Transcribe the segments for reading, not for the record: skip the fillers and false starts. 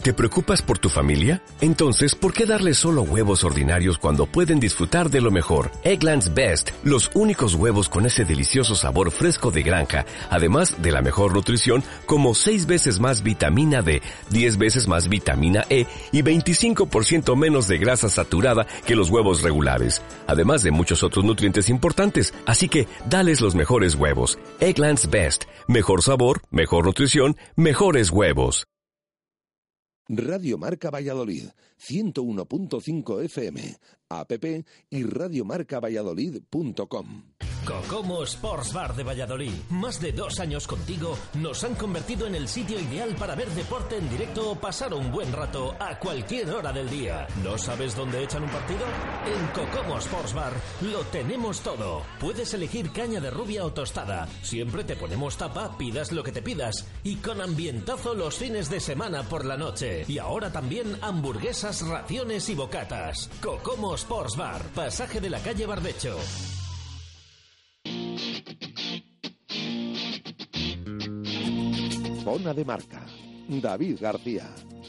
¿Te preocupas por tu familia? Entonces, ¿por qué darles solo huevos ordinarios cuando pueden disfrutar de lo mejor? Eggland's Best, los únicos huevos con ese delicioso sabor fresco de granja, además de la mejor nutrición, como 6 veces más vitamina D, 10 veces más vitamina E y 25% menos de grasa saturada que los huevos regulares, además de muchos otros nutrientes importantes. Así que, dales los mejores huevos. Eggland's Best, mejor sabor, mejor nutrición, mejores huevos. Radio Marca Valladolid, 101.5 FM, app y radiomarcavalladolid.com. Cocomo Sports Bar de Valladolid. Más de 2 años contigo nos han convertido en el sitio ideal para ver deporte en directo o pasar un buen rato a cualquier hora del día. ¿No sabes dónde echan un partido? En Cocomo Sports Bar lo tenemos todo. Puedes elegir caña de rubia o tostada. Siempre te ponemos tapa, pidas lo que te pidas. Y con ambientazo los fines de semana por la noche. Y ahora también hamburguesas, raciones y bocatas. Cocomo Sports Bar, pasaje de la calle Barbecho. Zona de Marca, David García.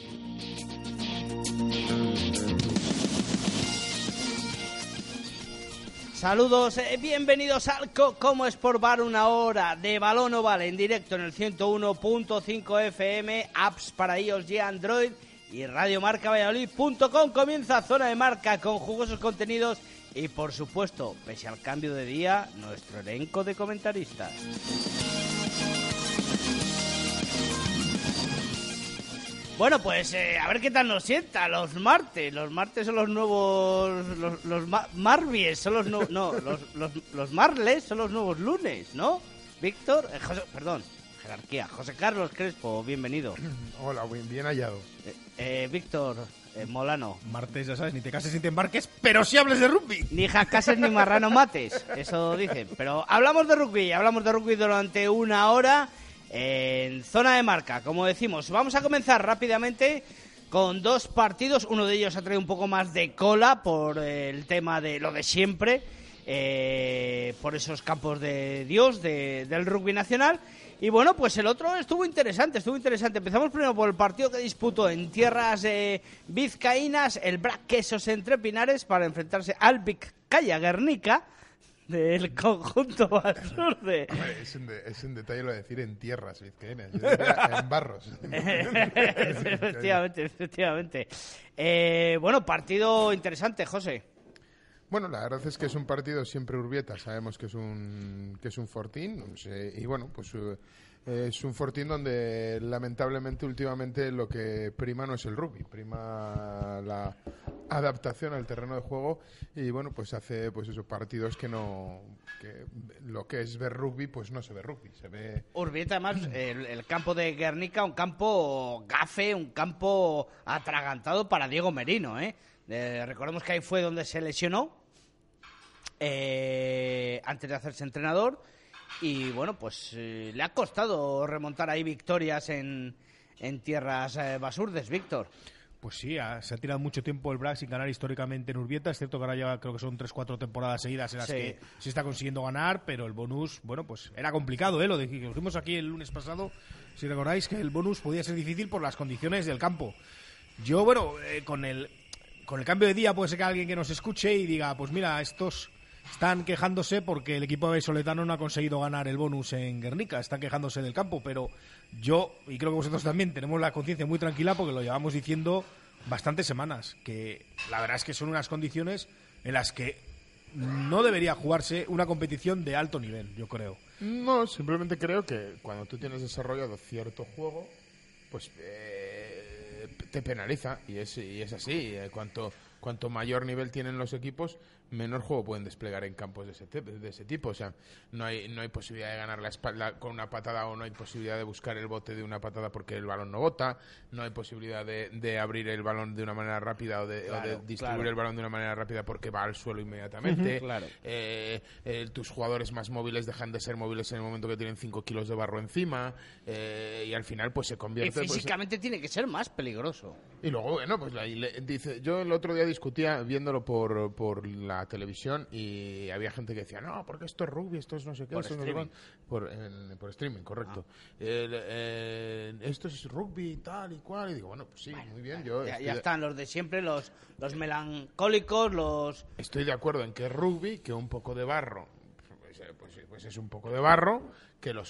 Saludos, bienvenidos al Cocomo Sport Bar, una hora de balón oval en directo en el 101.5 FM, apps para iOS y Android y radiomarcavalladolid.com. Comienza Zona de Marca con jugosos contenidos y, por supuesto, pese al cambio de día, nuestro elenco de comentaristas. Bueno, pues a ver qué tal nos sienta los martes. Los martes son los nuevos... Los marbies son los nuevos... No, los marles son los nuevos lunes, ¿no? Víctor... perdón, jerarquía. José Carlos Crespo, bienvenido. Hola, bien hallado. Víctor Molano. Martes, ya sabes, ni te cases ni te embarques, pero sí hables de rugby. Ni jacases ni marrano mates, eso dicen. Pero hablamos de rugby durante una hora... en Zona de Marca, como decimos. Vamos a comenzar rápidamente con 2 partidos. Uno de ellos ha traído un poco más de cola por el tema de lo de siempre, por esos campos de Dios del rugby nacional. Y bueno, pues el otro estuvo interesante. Empezamos primero por el partido que disputó en tierras vizcaínas el Brac Quesos Entre Pinares para enfrentarse al Vizcaya Guernica del conjunto Basurde. Es un detalle lo de decir en tierras vizcaínas, en barros. Efectivamente. Bueno, partido interesante, José. Bueno, la verdad es que es un partido siempre Urbieta, sabemos que es un fortín, no sé, y bueno, pues es un fortín donde lamentablemente últimamente lo que prima no es el rugby, prima la adaptación al terreno de juego y bueno, pues hace pues esos partidos que lo que es ver rugby pues no se ve rugby, se ve... Urbieta además, el campo de Guernica, un campo gafe, un campo atragantado para Diego Merino, recordemos que ahí fue donde se lesionó antes de hacerse entrenador y bueno, pues le ha costado remontar ahí victorias en tierras basurdes, Víctor. Pues sí, se ha tirado mucho tiempo el Brac sin ganar históricamente en Urbieta, es cierto que ahora ya creo que son 3-4 temporadas seguidas en las que se está consiguiendo ganar, pero el bonus, bueno, pues era complicado, lo dijimos aquí el lunes pasado, si recordáis, que el bonus podía ser difícil por las condiciones del campo. Yo, bueno, con el cambio de día puede ser que alguien que nos escuche y diga, pues mira, estos están quejándose porque el equipo vallisoletano no ha conseguido ganar el bonus en Guernica, están quejándose del campo, pero yo, y creo que vosotros también, tenemos la conciencia muy tranquila porque lo llevamos diciendo bastantes semanas, que la verdad es que son unas condiciones en las que no debería jugarse una competición de alto nivel, yo creo. No, simplemente creo que cuando tú tienes desarrollado cierto juego, pues te penaliza, y es así. Cuanto mayor nivel tienen los equipos, menor juego pueden desplegar en campos de ese tipo. O sea, no hay posibilidad de ganar la espalda con una patada, o no hay posibilidad de buscar el bote de una patada porque el balón no bota, no hay posibilidad de abrir el balón de una manera rápida o de distribuir el balón de una manera rápida porque va al suelo inmediatamente. Tus jugadores más móviles dejan de ser móviles en el momento que tienen 5 kilos de barro encima, y al final pues se convierte... Y físicamente tiene que ser más peligroso. Y luego, bueno, pues dice, yo el otro día discutía, viéndolo por la la televisión y había gente que decía, no, porque esto es rugby, esto es no sé qué, esto streaming. no sé cuál. Por streaming, correcto. Esto es rugby y tal y cual. Y digo, bueno, pues sí, muy bien. Ya están los de siempre, los melancólicos, los... Estoy de acuerdo en que es rugby, que un poco de barro, pues es un poco de barro, que los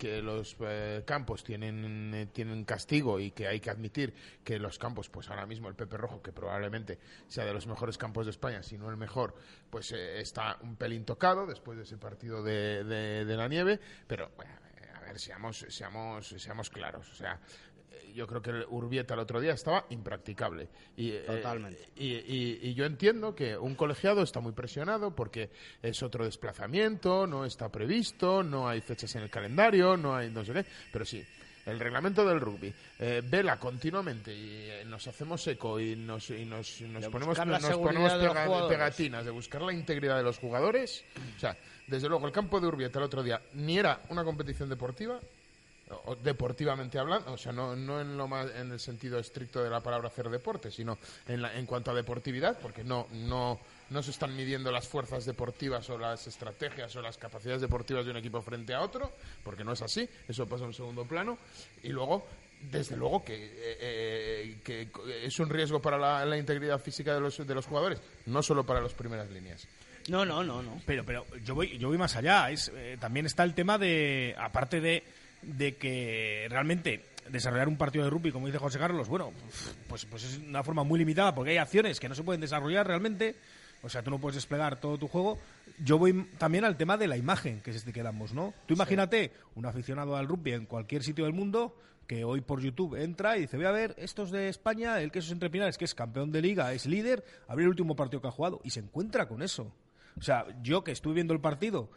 campos tienen castigo y que hay que admitir que los campos, pues ahora mismo el Pepe Rojo, que probablemente sea de los mejores campos de España, si no el mejor, pues está un pelín tocado después de ese partido de la nieve, pero bueno, a ver, seamos claros, o sea, yo creo que el Urbieta el otro día estaba impracticable. Totalmente. Y yo entiendo que un colegiado está muy presionado porque es otro desplazamiento, no está previsto, no hay fechas en el calendario, no hay no sé qué, pero sí. El reglamento del rugby vela continuamente y nos hacemos eco y nos ponemos pegatinas de buscar la integridad de los jugadores. O sea, desde luego el campo de Urbieta el otro día ni era una competición deportiva, o deportivamente hablando, o sea, no en el sentido estricto de la palabra hacer deporte, sino en cuanto a deportividad, porque no se están midiendo las fuerzas deportivas o las estrategias o las capacidades deportivas de un equipo frente a otro, porque no es así, eso pasa en segundo plano, y luego desde luego que es un riesgo para la integridad física de los jugadores, no solo para las primeras líneas. No. Pero yo voy más allá. También está el tema de, aparte de que realmente desarrollar un partido de rugby, como dice José Carlos, bueno, pues es una forma muy limitada porque hay acciones que no se pueden desarrollar realmente. O sea, tú no puedes desplegar todo tu juego. Yo voy también al tema de la imagen que es este que damos, ¿no? Tú imagínate un aficionado al rugby en cualquier sitio del mundo que hoy por YouTube entra y dice, voy a ver estos de España, el Quesos Entre Pinares, que es campeón de liga, es líder, a ver el último partido que ha jugado, y se encuentra con eso. O sea, yo que estuve viendo el partido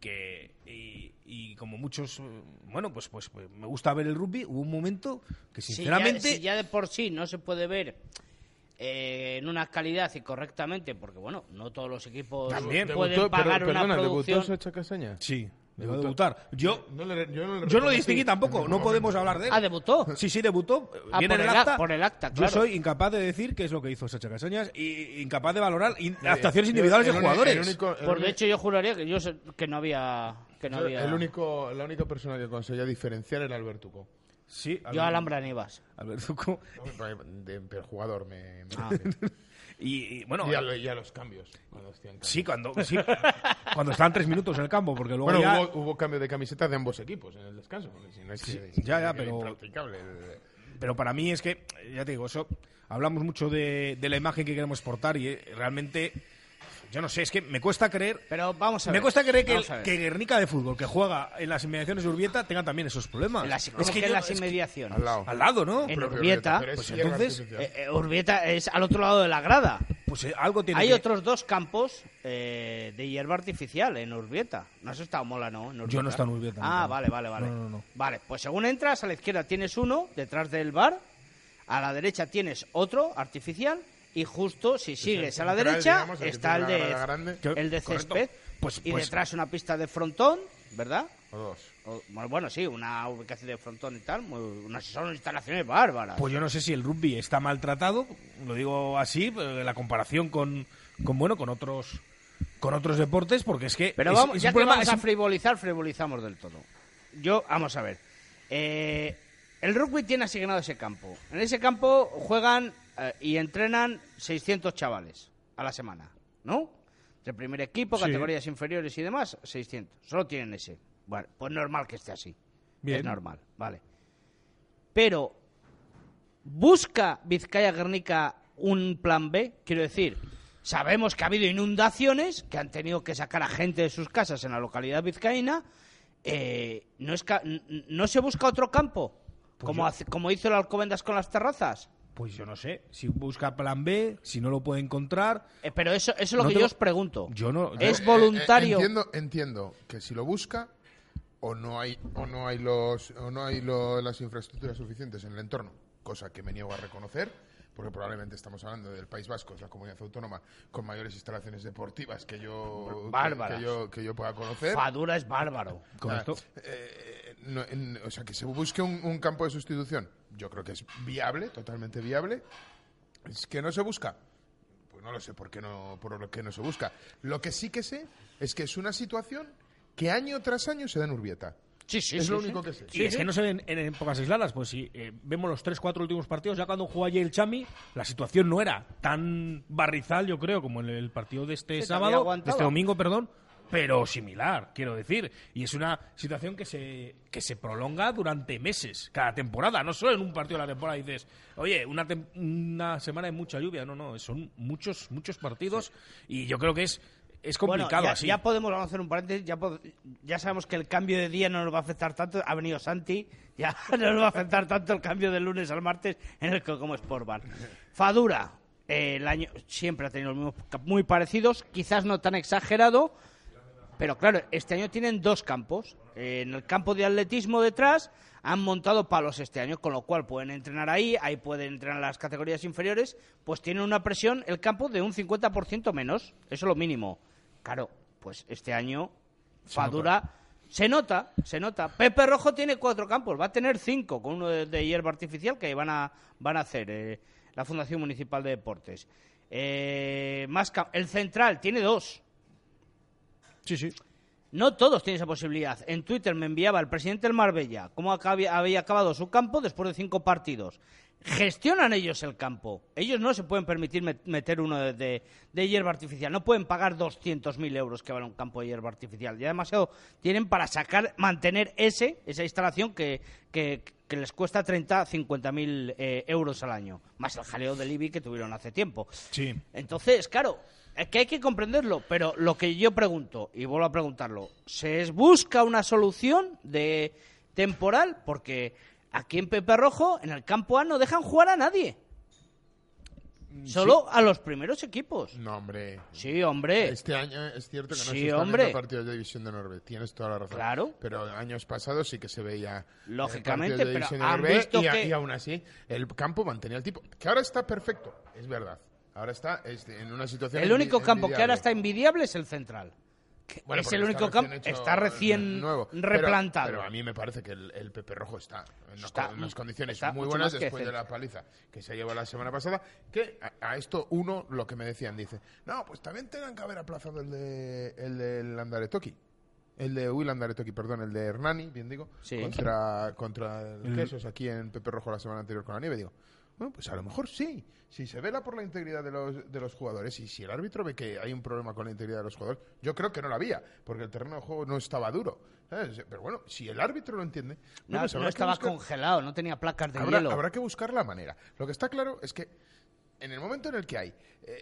y como muchos, bueno, pues me gusta ver el rugby, hubo un momento que sinceramente... Si ya de por sí no se puede ver en una calidad y correctamente, porque bueno, no todos los equipos pueden pagar una producción... ¿Debutó Sacha Castaña? Sí. Va a debutar. Yo no lo distinguí tampoco, no podemos hablar de él. Ah, ¿debutó? Sí, debutó. Viene por el acta, claro. Yo soy incapaz de decir qué es lo que hizo Sacha Castañas y incapaz de valorar actuaciones individuales de jugadores. De hecho, yo juraría que no había... La única persona que conseguía diferenciar era Albertuco. Sí, yo Alhambra Nivas. Albertuco. Pero jugador me Y bueno, y a los cambios cuando cuando estaban 3 minutos en el campo, porque luego hubo cambio de camiseta de ambos equipos en el descanso, porque si no es pero para mí es que, ya te digo, eso hablamos mucho de la imagen que queremos exportar y realmente yo no sé, es que me cuesta creer. Pero vamos a ver. Me cuesta creer que Guernica de fútbol, que juega en las inmediaciones de Urbieta, tenga también esos problemas. En las inmediaciones. Al lado, ¿no? En Urbieta. Pues entonces. Urbieta es al otro lado de la grada. Pues algo tiene. Hay otros 2 campos de hierba artificial en Urbieta. No has estado mola, ¿no? Yo no he estado en Urbieta. Vale. No. Vale, pues según entras, a la izquierda tienes uno, detrás del bar. A la derecha tienes otro artificial. Y justo, si sigues a la derecha, está el de césped. Pues, y detrás una pista de frontón, ¿verdad? O 2. Bueno, sí, una ubicación de frontón y tal. Son instalaciones bárbaras. Pues yo no sé si el rugby está maltratado, lo digo así, en la comparación con otros deportes, porque es que... Pero vamos a frivolizamos del todo. Vamos a ver. El rugby tiene asignado ese campo. En ese campo juegan y entrenan 600 chavales a la semana, ¿no? De primer equipo, categorías inferiores y demás, 600. Solo tienen ese. Bueno, pues normal que esté así. Bien. Es normal, vale. Pero, ¿busca Vizcaya Guernica un plan B? Quiero decir, sabemos que ha habido inundaciones, que han tenido que sacar a gente de sus casas en la localidad vizcaína. ¿No se busca otro campo? Pues como hizo el Alcobendas con las terrazas. Pues yo no sé, si busca plan B, si no lo puede encontrar... pero eso es lo que yo os pregunto. ¿Es voluntario? Entiendo que si lo busca o no hay las infraestructuras suficientes en el entorno, cosa que me niego a reconocer, porque probablemente estamos hablando del País Vasco, es la comunidad autónoma con mayores instalaciones deportivas que yo pueda conocer. Fadura es bárbaro. Correcto. O sea, que se busque un campo de sustitución, yo creo que es viable, totalmente viable. Es que no se busca, pues no lo sé por qué no se busca. Lo que sí que sé es que es una situación que año tras año se da en Urbieta. Es lo único que sé. Y es que no se ven en épocas aisladas, pues si vemos los 3-4 últimos partidos, ya cuando jugó allí el Chami, la situación no era tan barrizal, yo creo, como en el partido de este domingo, pero similar, quiero decir. Y es una situación que se prolonga durante meses, cada temporada, no solo en un partido de la temporada dices, oye, una semana de mucha lluvia, no, son muchos partidos y yo creo que es complicado así. Ya podemos, vamos a hacer un paréntesis, ya sabemos que el cambio de día no nos va a afectar tanto, ha venido Santi, ya no nos va a afectar tanto el cambio del lunes al martes en el que como Sport Bar. Fadura, el año siempre ha tenido los mismos muy parecidos, quizás no tan exagerado, pero claro, este año tienen 2 campos. En el campo de atletismo detrás han montado palos este año, con lo cual pueden entrenar ahí pueden entrenar las categorías inferiores, pues tienen una presión, el campo, de un 50% menos, eso es lo mínimo. Claro, pues este año Fadura se nota. Pepe Rojo tiene 4 campos, va a tener 5, con uno de hierba artificial que van a hacer la Fundación Municipal de Deportes. El Central tiene 2. Sí. No todos tienen esa posibilidad. En Twitter me enviaba el presidente del Marbella cómo había acabado su campo después de 5 partidos. Gestionan ellos el campo. Ellos no se pueden permitir meter uno de hierba artificial. No pueden pagar 200.000 euros que vale un campo de hierba artificial. Ya demasiado tienen para mantener esa instalación que les cuesta 50.000 euros al año. Más el jaleo del IBI que tuvieron hace tiempo. Sí. Entonces, claro, es que hay que comprenderlo. Pero lo que yo pregunto, y vuelvo a preguntarlo, ¿se busca una solución temporal? Porque aquí en Pepe Rojo, en el campo A, no dejan jugar a nadie. Solo a los primeros equipos. No, hombre. Sí, hombre. Este año es cierto que no sí, se están viendo partidos de División de Norbe. Tienes toda la razón. Claro. Pero años pasados sí que se veía lógicamente, de pero han visto y aún así el campo mantenía el tipo. Que ahora está perfecto, es verdad. Ahora está en una situación el único campo que ahora está envidiable es el Central. Bueno, es el único campo, está recién nuevo, replantado. Pero a mí me parece que el Pepe Rojo está en unas condiciones muy buenas después de la paliza que se llevó la semana pasada. Que a esto lo que me decían, dice, no, pues también tengan que haber aplazado el de Landaretoki. El de Landaretoki, perdón, el de Hernani, bien digo, sí. contra el Quesos aquí en Pepe Rojo la semana anterior con la nieve, digo. Bueno, pues a lo mejor sí. Si se vela por la integridad de los jugadores y si el árbitro ve que hay un problema con la integridad de los jugadores, yo creo que no la había, porque el terreno de juego no estaba duro. ¿Sabes? Pero bueno, si el árbitro lo entiende... No, pues no estaba congelado, no tenía placas de hielo. Habrá que buscar la manera. Lo que está claro es que en el momento en el que hay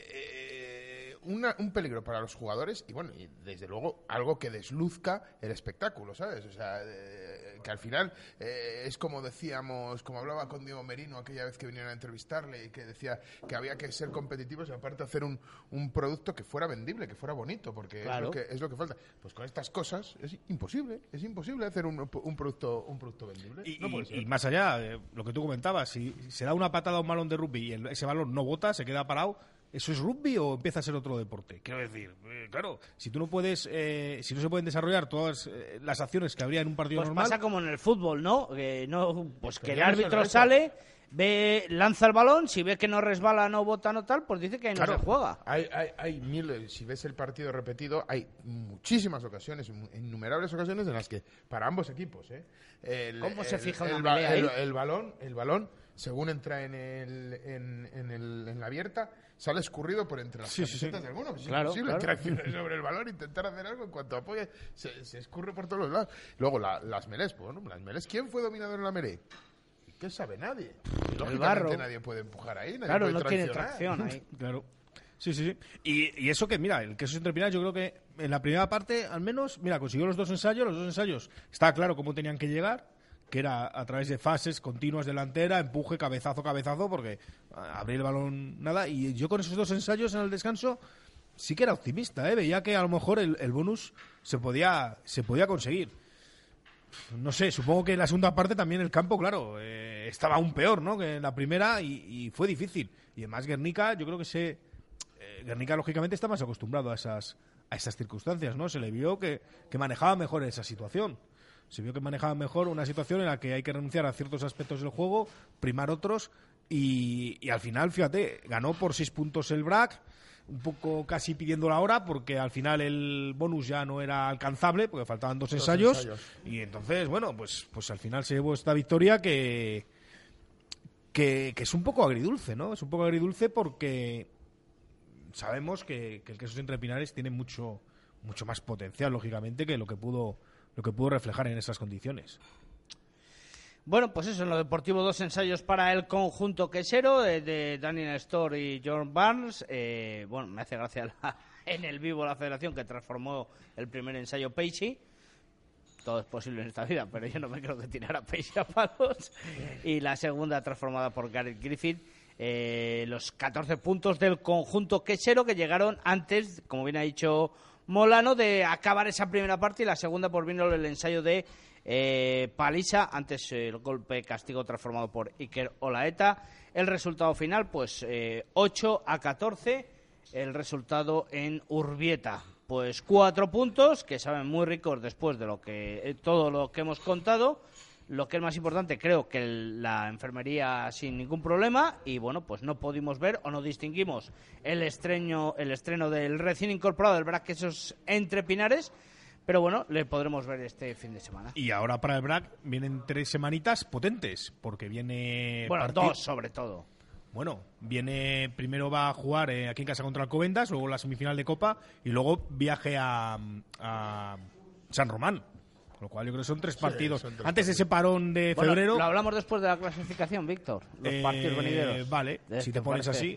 un peligro para los jugadores y bueno, y desde luego algo que desluzca el espectáculo, ¿sabes? O sea, que al final es como decíamos, como hablaba con Diego Merino aquella vez que vinieron a entrevistarle y que decía que había que ser competitivos y aparte hacer un producto que fuera vendible, que fuera bonito, porque claro. es lo que falta. Pues con estas cosas es imposible hacer un producto vendible. Y más allá, lo que tú comentabas, si se da una patada a un balón de rugby y ese balón no bota, se queda parado, ¿eso es rugby o empieza a ser otro deporte? Quiero decir, claro, si tú no puedes, si no se pueden desarrollar todas las acciones que habría en un partido normal... Pues pasa como en el fútbol, ¿no? Pues que el árbitro sale, lanza el balón, si ve que no resbala, no bota, no tal, pues dice que ahí no se juega. Hay miles, si ves el partido repetido, hay muchísimas ocasiones, innumerables ocasiones en las que, para ambos equipos, ¿cómo se fija una pelea ahí? El balón, según entra en la abierta, sale escurrido por entre las camisetas del mono. Es imposible traccionar sobre el balón, intentar hacer algo, en cuanto apoya, se escurre por todos los lados. Luego, las melés, bueno, las melés, ¿quién fue dominador en la melé? ¿Qué sabe nadie? Lógicamente nadie puede empujar ahí, nadie puede tiene tracción ahí. Claro. Sí. Y eso que, mira, el Quesos entre Pinas, yo creo que en la primera parte, al menos, mira, consiguió los dos ensayos. Estaba claro cómo tenían que llegar, que era a través de fases continuas delantera, empuje, cabezazo, porque abrir el balón, nada. Y yo con esos 2 ensayos en el descanso sí que era optimista, veía que a lo mejor el bonus se podía conseguir. No sé, supongo que en la segunda parte también el campo, claro, estaba aún peor, ¿no?, que en la primera y fue difícil. Y además Guernica, yo creo que Guernica lógicamente está más acostumbrado a esas circunstancias, ¿no? Se le vio que manejaba mejor esa situación. Se vio que manejaba mejor una situación en la que hay que renunciar a ciertos aspectos del juego, primar otros Y al final, fíjate, ganó por 6 puntos el BRAC, un poco casi pidiendo la hora, porque al final el bonus ya no era alcanzable, porque faltaban dos ensayos. Y entonces, bueno, pues al final se llevó esta victoria que es un poco agridulce, ¿no? Es un poco agridulce porque sabemos que el Quesos Entre Pinares tiene mucho más potencial, lógicamente, que lo que pudo reflejar en esas condiciones. Bueno, pues eso, en lo deportivo, 2 ensayos para el conjunto quesero de Daniel Storr y John Barnes. Bueno, me hace gracia en el vivo la federación que transformó el primer ensayo Peixe. Todo es posible en esta vida, pero yo no me creo que tirara Peixe a palos. Y la segunda transformada por Gareth Griffith. Los 14 puntos del conjunto quesero que llegaron antes, como bien ha dicho Molano, de acabar esa primera parte, y la segunda por vino el ensayo de Paliza, antes el golpe castigo transformado por Iker Olaeta. El resultado final, pues 8-14, el resultado en Urbieta. Pues 4 puntos que saben muy ricos después de todo lo que hemos contado. Lo que es más importante, creo que la enfermería sin ningún problema. Y bueno, pues no pudimos ver o no distinguimos el estreno del recién incorporado del BRAC Quesos Entre Pinares. Pero bueno, le podremos ver este fin de semana. Y ahora para el BRAC vienen 3 semanitas potentes, porque viene... Bueno, 2 sobre todo. Bueno, primero va a jugar aquí en casa contra Alcobendas, luego la semifinal de Copa y luego viaje a San Román. Con lo cual yo creo que son 3 partidos. Son 3 antes de ese parón de febrero... Lo hablamos después de la clasificación, Víctor. Los partidos venideros. Vale, si te pones así...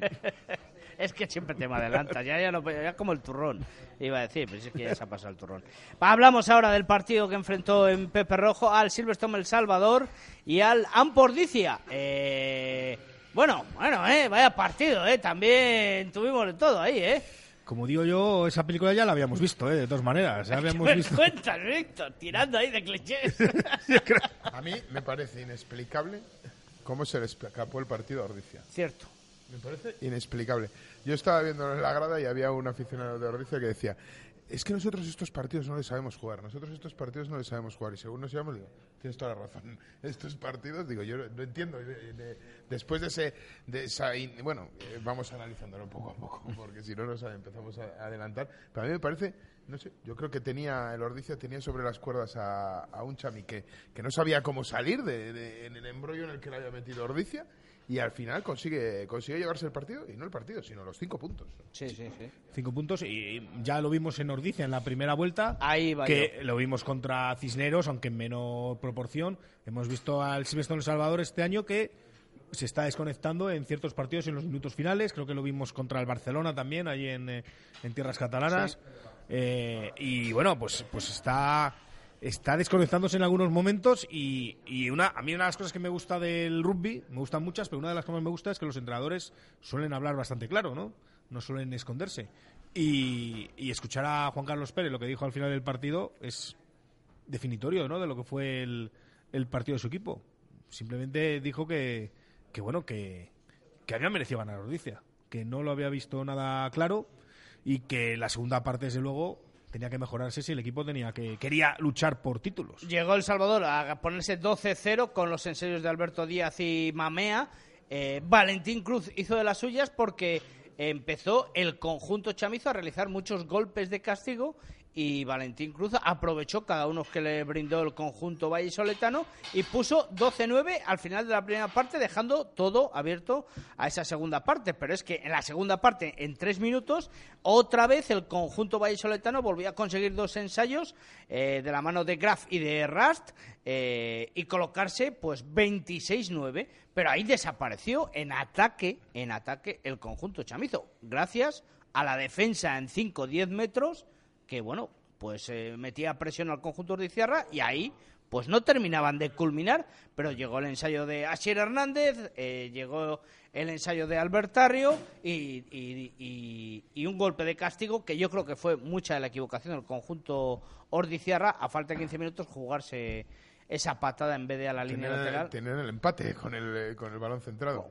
Es que siempre te me adelantas, ya como el turrón, iba a decir, pero es que ya se ha pasado el turrón. Hablamos ahora del partido que enfrentó en Pepe Rojo al Silverstone El Salvador y al Ampordicia. Bueno, vaya partido, también tuvimos de todo ahí, Como digo yo, esa película ya la habíamos visto, de todas maneras. Ya habíamos visto. Cuentas, Víctor, tirando ahí de clichés. A mí me parece inexplicable cómo se le escapó el partido a Ordizia. Cierto. Me parece inexplicable. Yo estaba viendo en la grada y había un aficionado de Ordizia que decía: es que nosotros estos partidos no les sabemos jugar. Y según nos llevamos, digo, tienes toda la razón. Estos partidos, digo, yo no entiendo. Después de esa vamos analizándolo poco a poco, porque si no nos empezamos a adelantar. Pero a mí me parece, no sé, yo creo que el Ordizia tenía sobre las cuerdas a un Chami que no sabía cómo salir en el embrollo en el que le había metido Ordizia. Y al final consigue llevarse el partido, y no el partido, sino los 5 puntos. Sí. 5 puntos, y ya lo vimos en Ordizia en la primera vuelta. Ahí va. Que lo vimos contra Cisneros, aunque en menor proporción. Hemos visto al Silverstone El Salvador este año que se está desconectando en ciertos partidos en los minutos finales. Creo que lo vimos contra el Barcelona también, allí en tierras catalanas. Sí. Y bueno, pues está desconectándose en algunos momentos y a mí una de las cosas que me gusta del rugby, me gustan muchas, pero una de las que más me gusta es que los entrenadores suelen hablar bastante claro, no suelen esconderse. Y escuchar a Juan Carlos Pérez lo que dijo al final del partido es definitorio, ¿no?, de lo que fue el partido de su equipo. Simplemente dijo que había merecido ganar Ordizia, que no lo había visto nada claro y que la segunda parte, desde luego, tenía que mejorarse si el equipo quería luchar por títulos. Llegó El Salvador a ponerse 12-0 con los ensayos de Alberto Díaz y Mamea. Valentín Cruz hizo de las suyas porque empezó el conjunto chamizo a realizar muchos golpes de castigo y Valentín Cruz aprovechó cada uno que le brindó el conjunto vallisoletano y puso 12-9 al final de la primera parte, dejando todo abierto a esa segunda parte. Pero es que en la segunda parte, en 3 minutos, otra vez el conjunto vallisoletano volvió a conseguir 2 ensayos de la mano de Graf y de Rast y colocarse pues 26-9. Pero ahí desapareció en ataque el conjunto chamizo, gracias a la defensa en 5-10 metros que, bueno, pues metía presión al conjunto ordizierra y ahí pues no terminaban de culminar, pero llegó el ensayo de Asier Hernández, llegó el ensayo de Albertario y un golpe de castigo que yo creo que fue mucha de la equivocación del conjunto ordizierra, a falta de 15 minutos jugarse esa patada en vez de a la línea lateral. Tener el empate con el balón centrado.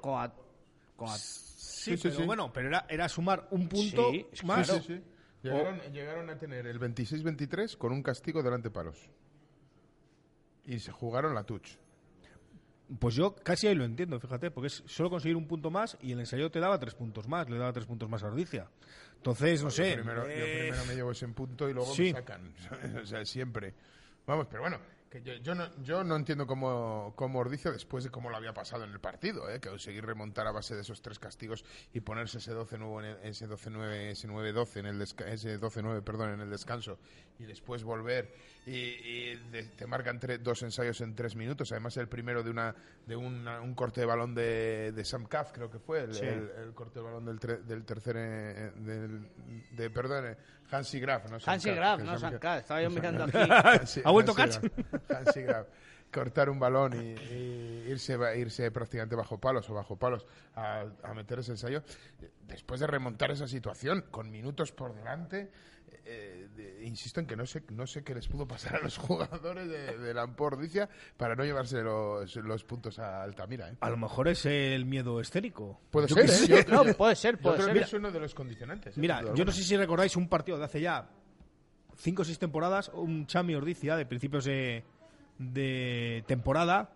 Sí, pero bueno, pero era sumar un punto más. Sí. Llegaron a tener el 26-23 con un castigo delante palos. Y se jugaron la touch. Pues yo casi ahí lo entiendo, fíjate, porque es solo conseguir un punto más y el ensayo te daba 3 puntos más, le daba 3 puntos más a Ordicia. Entonces, no sé. Yo primero me llevo ese punto y luego me sacan. O sea, siempre. Vamos, pero bueno, que yo no entiendo cómo Ordicia, después de cómo lo había pasado en el partido, que conseguir remontar a base de esos 3 castigos y ponerse ese 12-9, ese 9-12 ese 12-9, perdón, en el descanso, y después volver y te marcan 2 ensayos en 3 minutos, además el primero de un corte de balón de Sam Kaff, creo que fue el corte de balón del tercer perdón, Hansi Graf, no Hansi Graf, no Sam Kaff, estaba yo mirando aquí. ¿Ha vuelto Katz? Hansi Graf. Cortar un balón y irse prácticamente bajo palos a meter ese ensayo, después de remontar esa situación con minutos por delante. Insisto en que no sé qué les pudo pasar a los jugadores de la Ordicia para no llevarse los puntos a Altamira. A lo mejor es el miedo escénico. Puede ser, puede ser. Yo creo que es uno de los condicionantes. Mira, yo no sé si recordáis un partido de hace ya 5 o 6 temporadas, un Chami Ordicia de principios de temporada,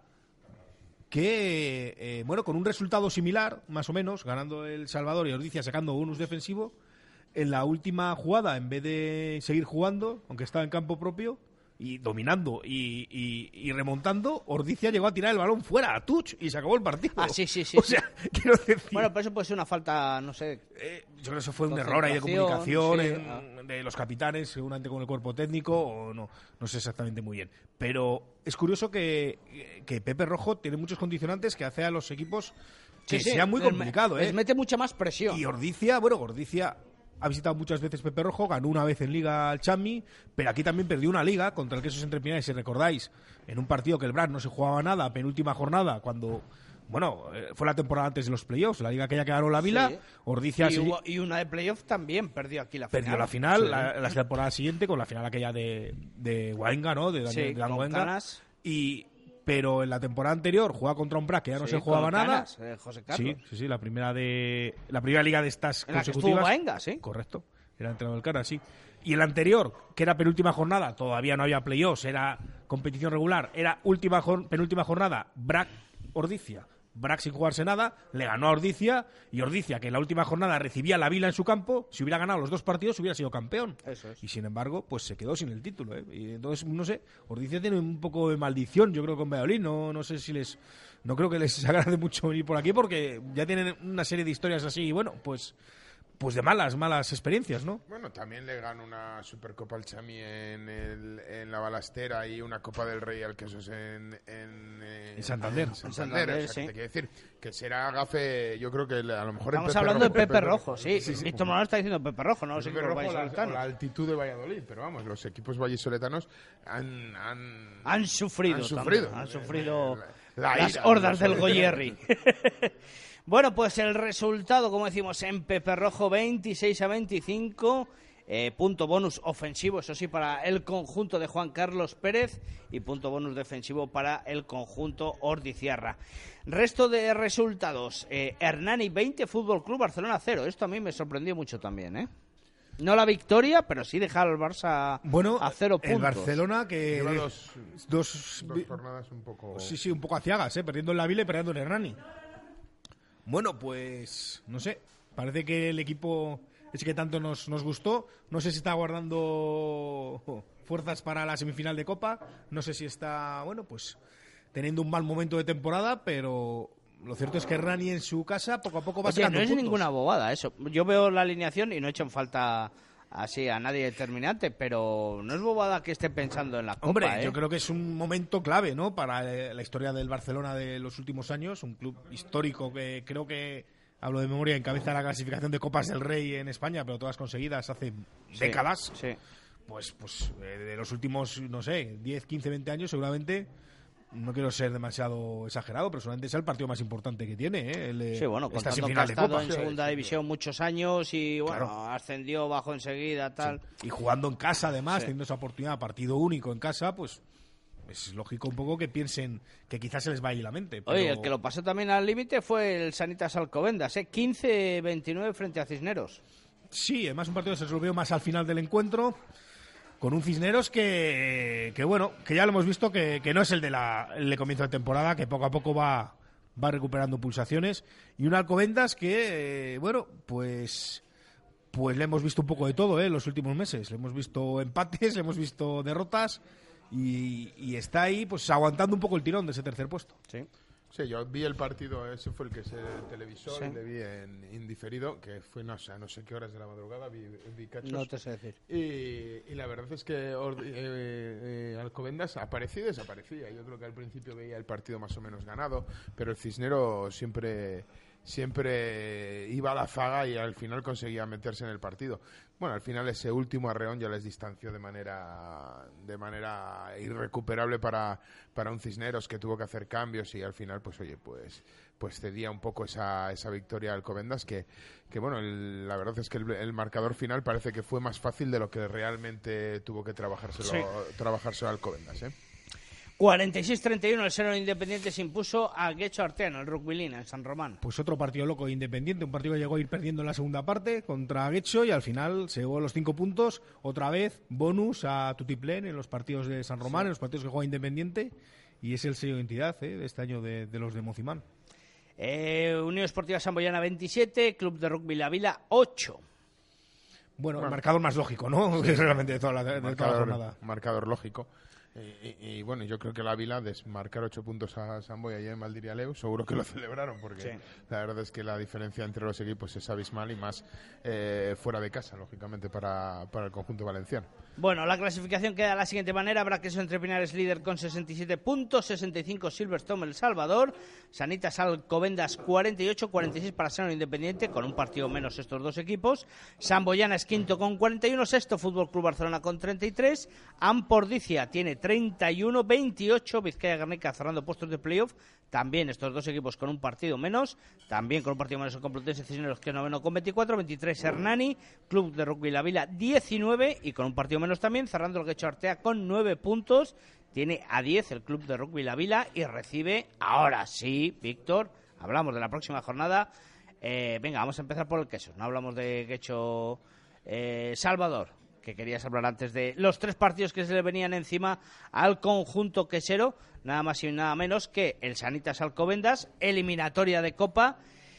que, con un resultado similar, más o menos, ganando El Salvador y Ordicia sacando bonus defensivo, en la última jugada, en vez de seguir jugando, aunque estaba en campo propio, y dominando y remontando, Ordicia llegó a tirar el balón fuera, a touch, y se acabó el partido. Sí. O sea, quiero decir... Bueno, pero eso puede ser una falta, no sé... yo creo que eso fue un error ahí de comunicación de los capitanes, seguramente con el cuerpo técnico, o no sé exactamente muy bien. Pero es curioso que Pepe Rojo tiene muchos condicionantes que hace a los equipos que sea muy complicado. Les mete mucha más presión. Y Ordicia ha visitado muchas veces Pepe Rojo, ganó una vez en Liga al Chami, pero aquí también perdió una Liga contra el Quesos Entre Pinares, si recordáis, en un partido que el Brand no se jugaba nada, penúltima jornada, cuando... fue la temporada antes de los playoffs, la liga aquella que ganó la Vila, sí. Ordicia... Y una de playoffs también perdió aquí la final. Perdió la final, la temporada siguiente, con la final aquella de Wainga, ¿no? De Dan Wainga. Pero en la temporada anterior jugaba contra un Brac que ya no se jugaba nada. José Carlos. Sí, la primera liga de estas en consecutivas. La que estuvo Wainga, sí. Correcto. Era entrenador del Canas, sí. Y el anterior, que era penúltima jornada, todavía no había playoffs, era competición regular, era penúltima jornada, Brac Ordicia. Brac sin jugarse nada, le ganó a Ordicia, y Ordicia, que en la última jornada recibía la Vila en su campo, si hubiera ganado los 2 partidos hubiera sido campeón. Eso es. Y sin embargo, pues se quedó sin el título. Y entonces, no sé, Ordicia tiene un poco de maldición, yo creo, con Valladolid. No sé si no creo que les agrade mucho venir por aquí, porque ya tienen una serie de historias así, y bueno, pues de malas experiencias, ¿no? Bueno, también le ganó una Supercopa al Chami en la Balastera y una Copa del Rey al Quesos en Santander. En Santander, sí. Te quiero decir que será gafe, yo creo que a lo mejor... Estamos hablando de Pepe Rojo, sí. Víctor Moreno está diciendo Pepe Rojo, no los equipos vallisoletanos. La altitud de Valladolid, pero vamos, los equipos vallisoletanos han sufrido las ira, hordas del Goyerri. Bueno, pues el resultado, como decimos, en Pepe Rojo 26-25, punto bonus ofensivo, eso sí, para el conjunto de Juan Carlos Pérez, y punto bonus defensivo para el conjunto ordiciarra. Resto de resultados, Hernani 20, Fútbol Club Barcelona 0. Esto a mí me sorprendió mucho también, ¿eh? No la victoria, pero sí dejar al Barça a 0 puntos. El Barcelona que... Lleva dos jornadas un poco... Sí, un poco aciagas, perdiendo en la Vila y perdiendo en Hernani. Bueno, pues no sé, parece que el equipo ese que tanto nos gustó, no sé si está guardando fuerzas para la semifinal de Copa, no sé si está, pues teniendo un mal momento de temporada, pero lo cierto es que Hernani en su casa poco a poco va sacando puntos. No es ninguna bobada eso, yo veo la alineación y no echan falta así a nadie determinante, pero no es bobada que esté pensando en la Copa. Hombre, yo creo que es un momento clave, ¿no?, para la historia del Barcelona de los últimos años, un club histórico que creo que, hablo de memoria, encabeza la clasificación de Copas del Rey en España, pero todas conseguidas hace décadas. Sí. Pues de los últimos, no sé, 10, 15, 20 años seguramente... No quiero ser demasiado exagerado, pero solamente es el partido más importante que tiene. Sí, bueno, contando que ha estado en segunda división muchos años y, bueno, ascendió, bajó enseguida, tal. Sí. Y jugando en casa, además, teniendo esa oportunidad, partido único en casa, pues es lógico un poco que piensen que quizás se les vaya la mente. Pero... Oye, el que lo pasó también al límite fue el Sanitas Alcobendas, 15-29 frente a Cisneros. Sí, además un partido que se resolvió más al final del encuentro, con un Cisneros que bueno, que ya lo hemos visto que no es el de comienzo de temporada, que poco a poco va recuperando pulsaciones, y un Alcobendas que bueno, pues le hemos visto un poco de todo en los últimos meses. Le hemos visto empates, le hemos visto derrotas y está ahí pues aguantando un poco el tirón de ese tercer puesto. Sí, yo vi el partido, ese fue el que se televisó, Sí. y le vi en indiferido, que fue no sé qué horas de la madrugada, vi cachos. No te sé decir. Y la verdad es que Alcobendas aparecía y desaparecía. Yo creo que al principio veía el partido más o menos ganado, pero el Cisnero siempre iba a la zaga y al final conseguía meterse en el partido. Bueno, al final ese último arreón ya les distanció de manera irrecuperable para un Cisneros, que tuvo que hacer cambios, y al final pues cedía un poco esa victoria a Alcobendas, que bueno, la verdad es que el marcador final parece que fue más fácil de lo que realmente tuvo que trabajárselo a Alcobendas, 46-31, el Seno Independiente se impuso a Guecho Artea en el Rugby Lina, en San Román. Pues otro partido loco de Independiente, un partido que llegó a ir perdiendo en la segunda parte contra Guecho y al final se llevó los 5 puntos, otra vez bonus a Tutiplén en los partidos de San Román, en los partidos que juega Independiente, y es el sello de identidad de este año de los de Mocimán. Unión Esportiva Samboyana 27, Club de Rugby La Vila 8. Bueno, el marcador más lógico, ¿no? Que realmente de toda la jornada. Marcador lógico. Y bueno, yo creo que la Vila desmarcar 8 puntos a Samboy allá en Valdirialeu, seguro que lo celebraron, porque la verdad es que la diferencia entre los equipos es abismal, y más fuera de casa, lógicamente, para el conjunto valenciano. Bueno, la clasificación queda de la siguiente manera: Braqueso Entre Pinares líder con 67 puntos, 65 Silverstone El Salvador, Sanitas Alcobendas 48, 46 para Seno Independiente, con un partido menos estos dos equipos. Samboyana es quinto con 41, sexto Fútbol Club Barcelona con 33, Ampordicia tiene 31, 28 Vizcaya Guernica cerrando puestos de playoff, también estos dos equipos con un partido menos, también con un partido menos el Complutense Cisneros, que es noveno con 24, 23 Hernani, Club de Rugby La Vila 19, y con un partido menos también cerrando el Guecho Artea con 9 puntos, tiene a 10 el Club de Rugby La Vila y recibe, ahora sí, Víctor, hablamos de la próxima jornada. Venga, vamos a empezar por el queso, no hablamos de Guecho Salvador, que querías hablar antes de los 3 partidos que se le venían encima al conjunto quesero, nada más y nada menos que el Sanitas Alcobendas, eliminatoria de Copa,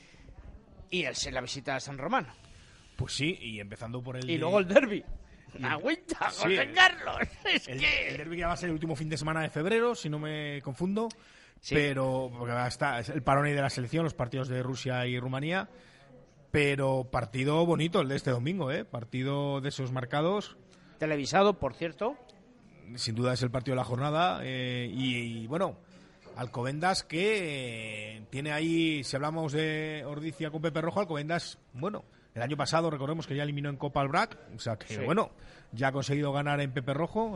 y la visita a San Román. Pues sí, y empezando por el... Y luego el derbi. Agüita, José Carlos. El derbi que va a ser el último fin de semana de febrero, si no me confundo, Sí. pero porque está el parón ahí de la selección, los partidos de Rusia y Rumanía. Pero partido bonito el de este domingo, partido de esos marcados. Televisado, por cierto. Sin duda es el partido de la jornada. Y bueno, Alcobendas que tiene ahí, si hablamos de Ordicia con Pepe Rojo, Alcobendas, bueno, el año pasado recordemos que ya eliminó en Copa al BRAC, o sea que bueno, ya ha conseguido ganar en Pepe Rojo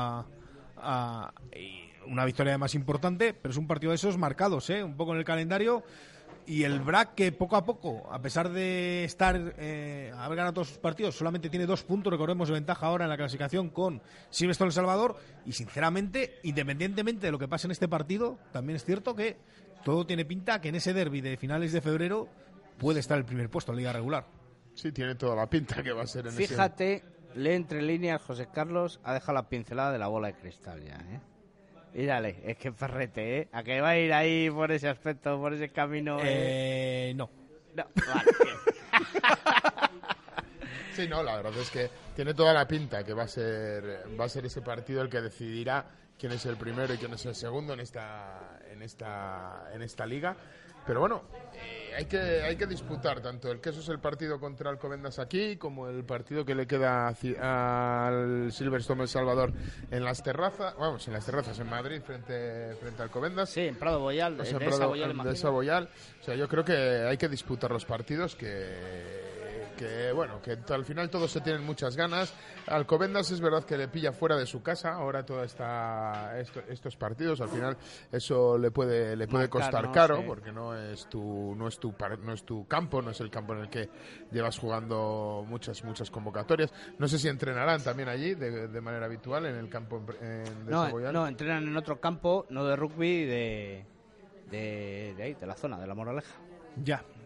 una victoria más importante, pero es un partido de esos marcados, un poco en el calendario. Y el BRAC que poco a poco, a pesar de haber ganado todos sus partidos, solamente tiene 2 puntos, recordemos, de ventaja ahora en la clasificación con Silverstone El Salvador. Y sinceramente, independientemente de lo que pase en este partido, también es cierto que todo tiene pinta que en ese derbi de finales de febrero puede estar el primer puesto en Liga Regular. Sí, tiene toda la pinta que va a ser en ese... Fíjate, lee entre líneas, José Carlos ha dejado la pincelada de la bola de cristal ya, Mírale, es que Ferrete, ¿a que va a ir ahí por ese aspecto, por ese camino? No. No, vale, bien. Sí, no, la verdad es que tiene toda la pinta que va a ser ese partido el que decidirá quién es el primero y quién es el segundo en esta liga. Pero bueno, hay que disputar tanto el que eso es el partido contra Alcobendas aquí, como el partido que le queda al Silverstone El Salvador en las terrazas, en Madrid frente a Alcobendas. Sí, en Prado Boyal, O sea, de Saboyal, imagino. de Saboyal. O sea, yo creo que hay que disputar los partidos que bueno, que al final todos se tienen muchas ganas. Alcobendas es verdad que le pilla fuera de su casa ahora estos partidos, al final eso le puede costar caro, porque no es tu campo, no es el campo en el que llevas jugando muchas convocatorias. No sé si entrenarán también allí de manera habitual en el campo de Saboyal. No, entrenan en otro campo, no de rugby, de ahí, de la zona, de La Moraleja. Ya,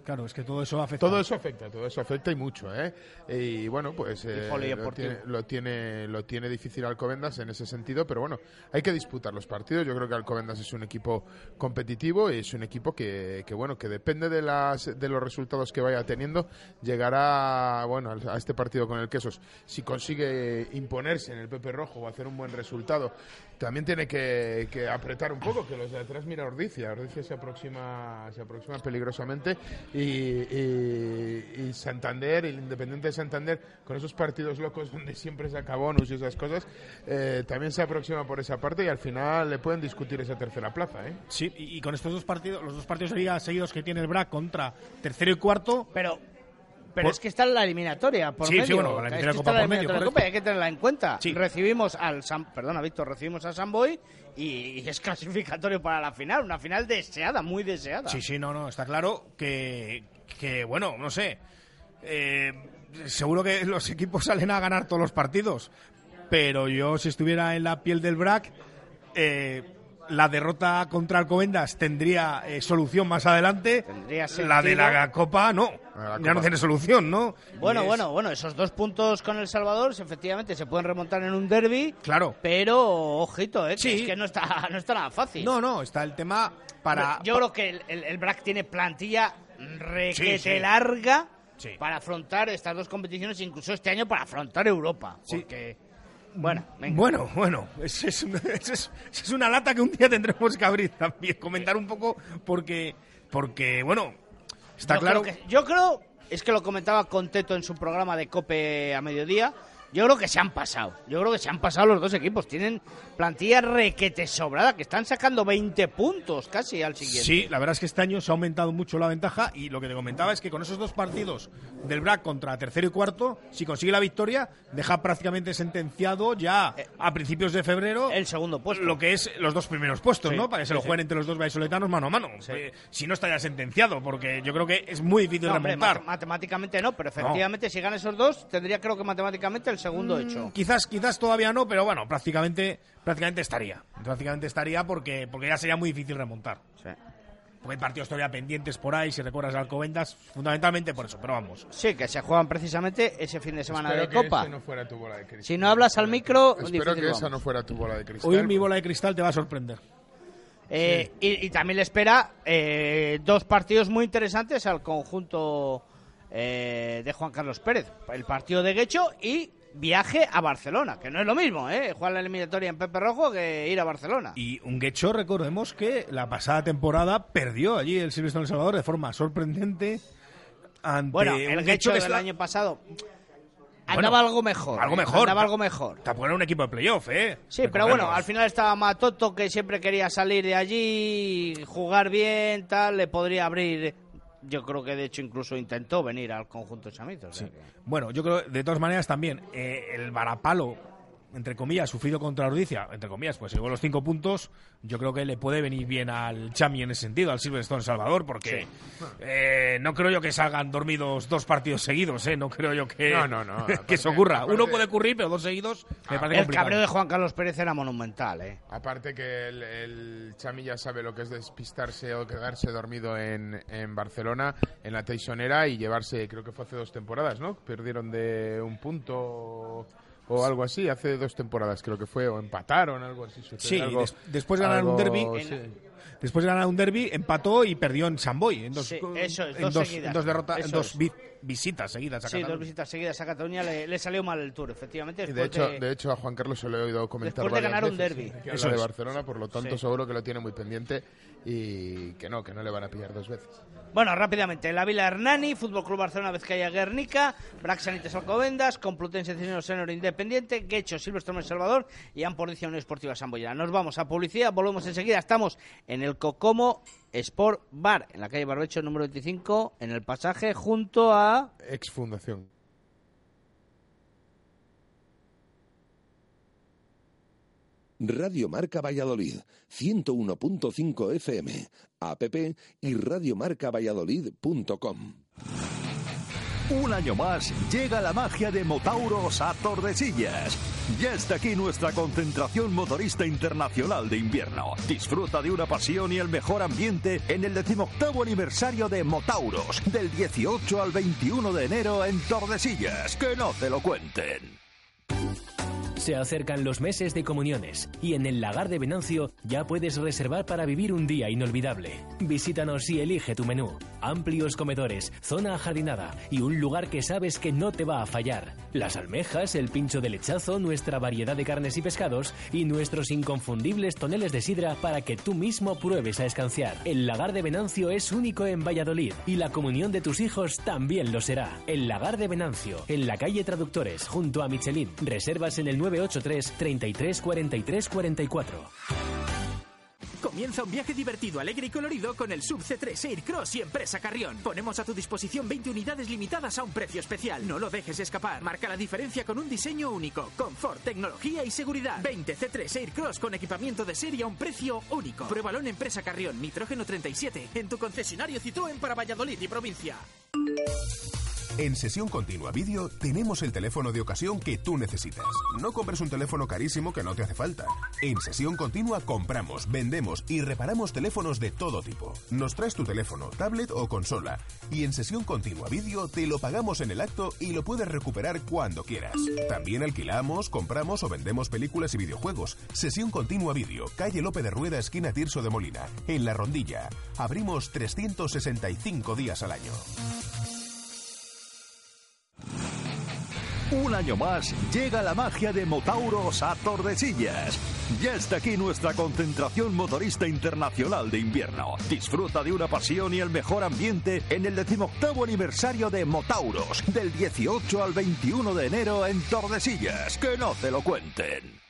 Claro, es que todo eso afecta. Todo eso afecta y mucho, ¿eh? Y bueno, pues lo tiene difícil Alcobendas en ese sentido, pero bueno, hay que disputar los partidos. Yo creo que Alcobendas es un equipo competitivo y es un equipo que bueno, que depende de los resultados que vaya teniendo, llegará, bueno, a este partido con el Quesos. Si consigue imponerse en el Pepe Rojo o hacer un buen resultado, también tiene que apretar un poco, que los de atrás mira Ordizia se aproxima peligrosamente y Santander, el Independiente de Santander, con esos partidos locos donde siempre saca bonus y esas cosas, también se aproxima por esa parte y al final le pueden discutir esa tercera plaza, ¿eh? Sí, y con estos dos partidos, los dos partidos de liga seguidos que tiene el BRAC contra tercero y cuarto, pero es que está en la eliminatoria por medio. Sí, bueno, la eliminatoria de Copa por medio. Hay que tenerla en cuenta. Sí. Recibimos al San Boi y es clasificatorio para la final, una final deseada, muy deseada. Sí, no, está claro que bueno, no sé, seguro que los equipos salen a ganar todos los partidos, pero yo si estuviera en la piel del BRAC, la derrota contra Alcobendas tendría solución más adelante. La de la Copa no. Ya no tiene solución, ¿no? Bueno, esos 2 puntos con El Salvador efectivamente se pueden remontar en un derbi. Claro. Pero, ojito, sí. Es que no está nada fácil. No, está el tema para... Yo creo que el BRAC tiene plantilla larga para afrontar estas 2 competiciones, incluso este año para afrontar Europa. Porque... Bueno, es una lata que un día tendremos que abrir también, comentar un poco porque bueno, está claro. Yo creo, es que lo comentaba con Teto en su programa de COPE a mediodía, yo creo que se han pasado. Los dos equipos. Tienen plantilla requete sobrada, que están sacando 20 puntos casi al siguiente. Sí, la verdad es que este año se ha aumentado mucho la ventaja y lo que te comentaba es que con esos 2 partidos del BRAC contra tercero y cuarto, si consigue la victoria, deja prácticamente sentenciado ya a principios de febrero el segundo puesto. Lo que es los 2 primeros puestos, ¿no? Para que se lo jueguen entre los 2 vallisoletanos mano a mano. Sí. Si no está ya sentenciado, porque yo creo que es muy difícil remontar. Hombre, matemáticamente no, pero efectivamente si gana esos 2, tendría creo que matemáticamente el segundo hecho. Quizás todavía no, pero bueno, prácticamente estaría. Prácticamente estaría porque ya sería muy difícil remontar. Sí. Porque hay partidos todavía pendientes por ahí, si recuerdas a Alcobendas, fundamentalmente por eso, pero vamos. Sí, que se juegan precisamente ese fin de semana Espero de que Copa. Ese no fuera tu bola de cristal. Si no hablas al micro, espero que esa no fuera tu bola de cristal. Hoy mi bola de cristal te va a sorprender. Y también le espera 2 partidos muy interesantes al conjunto de Juan Carlos Pérez. El partido de Guecho y viaje a Barcelona, que no es lo mismo, jugar la eliminatoria en Pepe Rojo que ir a Barcelona. Y un Guecho, recordemos que la pasada temporada perdió allí el Silvestre en El Salvador de forma sorprendente ante el Guecho del año pasado andaba algo mejor. Andaba algo mejor. Tampoco era un equipo de playoff, Sí, pero bueno, al final estaba Matoto, que siempre quería salir de allí, jugar bien, tal, le podría abrir. Yo creo que de hecho incluso intentó venir al conjunto chamizo. O sea que... Bueno, yo creo de todas maneras también el varapalo, entre comillas, sufrido contra Ordizia, entre comillas, pues llegó los 5 puntos. Yo creo que le puede venir bien al Chami en ese sentido, al Silverstone Salvador, porque no creo yo que salgan dormidos 2 partidos seguidos, no creo yo que, que eso ocurra. Uno puede ocurrir, pero 2 seguidos me parece complicado. El cabreo de Juan Carlos Pérez era monumental, Aparte que el Chami ya sabe lo que es despistarse o quedarse dormido en Barcelona, en la Teixonera, y llevarse, creo que fue hace 2 temporadas, ¿no? Perdieron de 1 punto... o algo así, hace 2 temporadas creo que fue, o empataron, algo así. Sí, después de ganar un derbi, después de ganar un derbi, empató y perdió en San Boi, en 2 derrotas, en 2 visitas seguidas a Cataluña. Sí, 2 visitas seguidas a Cataluña, le salió mal el Tour, efectivamente. De hecho, a Juan Carlos se lo he oído comentar después de ganar un derbi. Eso de Barcelona, por lo tanto seguro que lo tiene muy pendiente y que no le van a pillar 2 veces. Bueno, rápidamente, la Vila Hernani, Fútbol Club Barcelona, Vizcaya Guernica, BRAC Sanitas Alcobendas, Complutense Cisneros Senior Independiente, Guecho, Silverstone El Salvador y Ampordicia Unión Esportiva Samboyana. Nos vamos a publicidad, volvemos enseguida. Estamos en el Cocomo Sport Bar, en la calle Barbecho, número 25, en el pasaje, junto a... Ex Fundación. Radio Marca Valladolid, 101.5 FM, app y radiomarcavalladolid.com. Un año más llega la magia de Motauros a Tordesillas. Ya está aquí nuestra concentración motorista internacional de invierno. Disfruta de una pasión y el mejor ambiente en el 18º aniversario de Motauros, del 18 al 21 de enero en Tordesillas. Que no te lo cuenten. Se acercan los meses de comuniones y en el Lagar de Venancio ya puedes reservar para vivir un día inolvidable. Visítanos y elige tu menú. Amplios comedores, zona ajardinada y un lugar que sabes que no te va a fallar. Las almejas, el pincho de lechazo, nuestra variedad de carnes y pescados y nuestros inconfundibles toneles de sidra para que tú mismo pruebes a escanciar. El Lagar de Venancio es único en Valladolid y la comunión de tus hijos también lo será. El Lagar de Venancio, en la calle Traductores, junto a Michelin. Reservas en el 983 33 43 44. Comienza un viaje divertido, alegre y colorido con el Sub C3 Aircross y Empresa Carrión. Ponemos a tu disposición 20 unidades limitadas a un precio especial. No lo dejes escapar. Marca la diferencia con un diseño único, confort, tecnología y seguridad. 20 C3 Aircross con equipamiento de serie a un precio único. Pruébalo en Empresa Carrión, Nitrógeno 37, en tu concesionario Citroën para Valladolid y provincia. En Sesión Continua Vídeo tenemos el teléfono de ocasión que tú necesitas. No compres un teléfono carísimo que no te hace falta. En Sesión Continua compramos, vendemos y reparamos teléfonos de todo tipo. Nos traes tu teléfono, tablet o consola y en Sesión Continua Vídeo te lo pagamos en el acto y lo puedes recuperar cuando quieras. También alquilamos, compramos o vendemos películas y videojuegos. Sesión Continua Vídeo, calle Lope de Rueda, esquina Tirso de Molina, en La Rondilla. Abrimos 365 días al año. Un año más llega la magia de Motauros a Tordesillas. Ya está aquí nuestra concentración motorista internacional de invierno. Disfruta de una pasión y el mejor ambiente en el 18º aniversario de Motauros, del 18 al 21 de enero en Tordesillas. Que no te lo cuenten.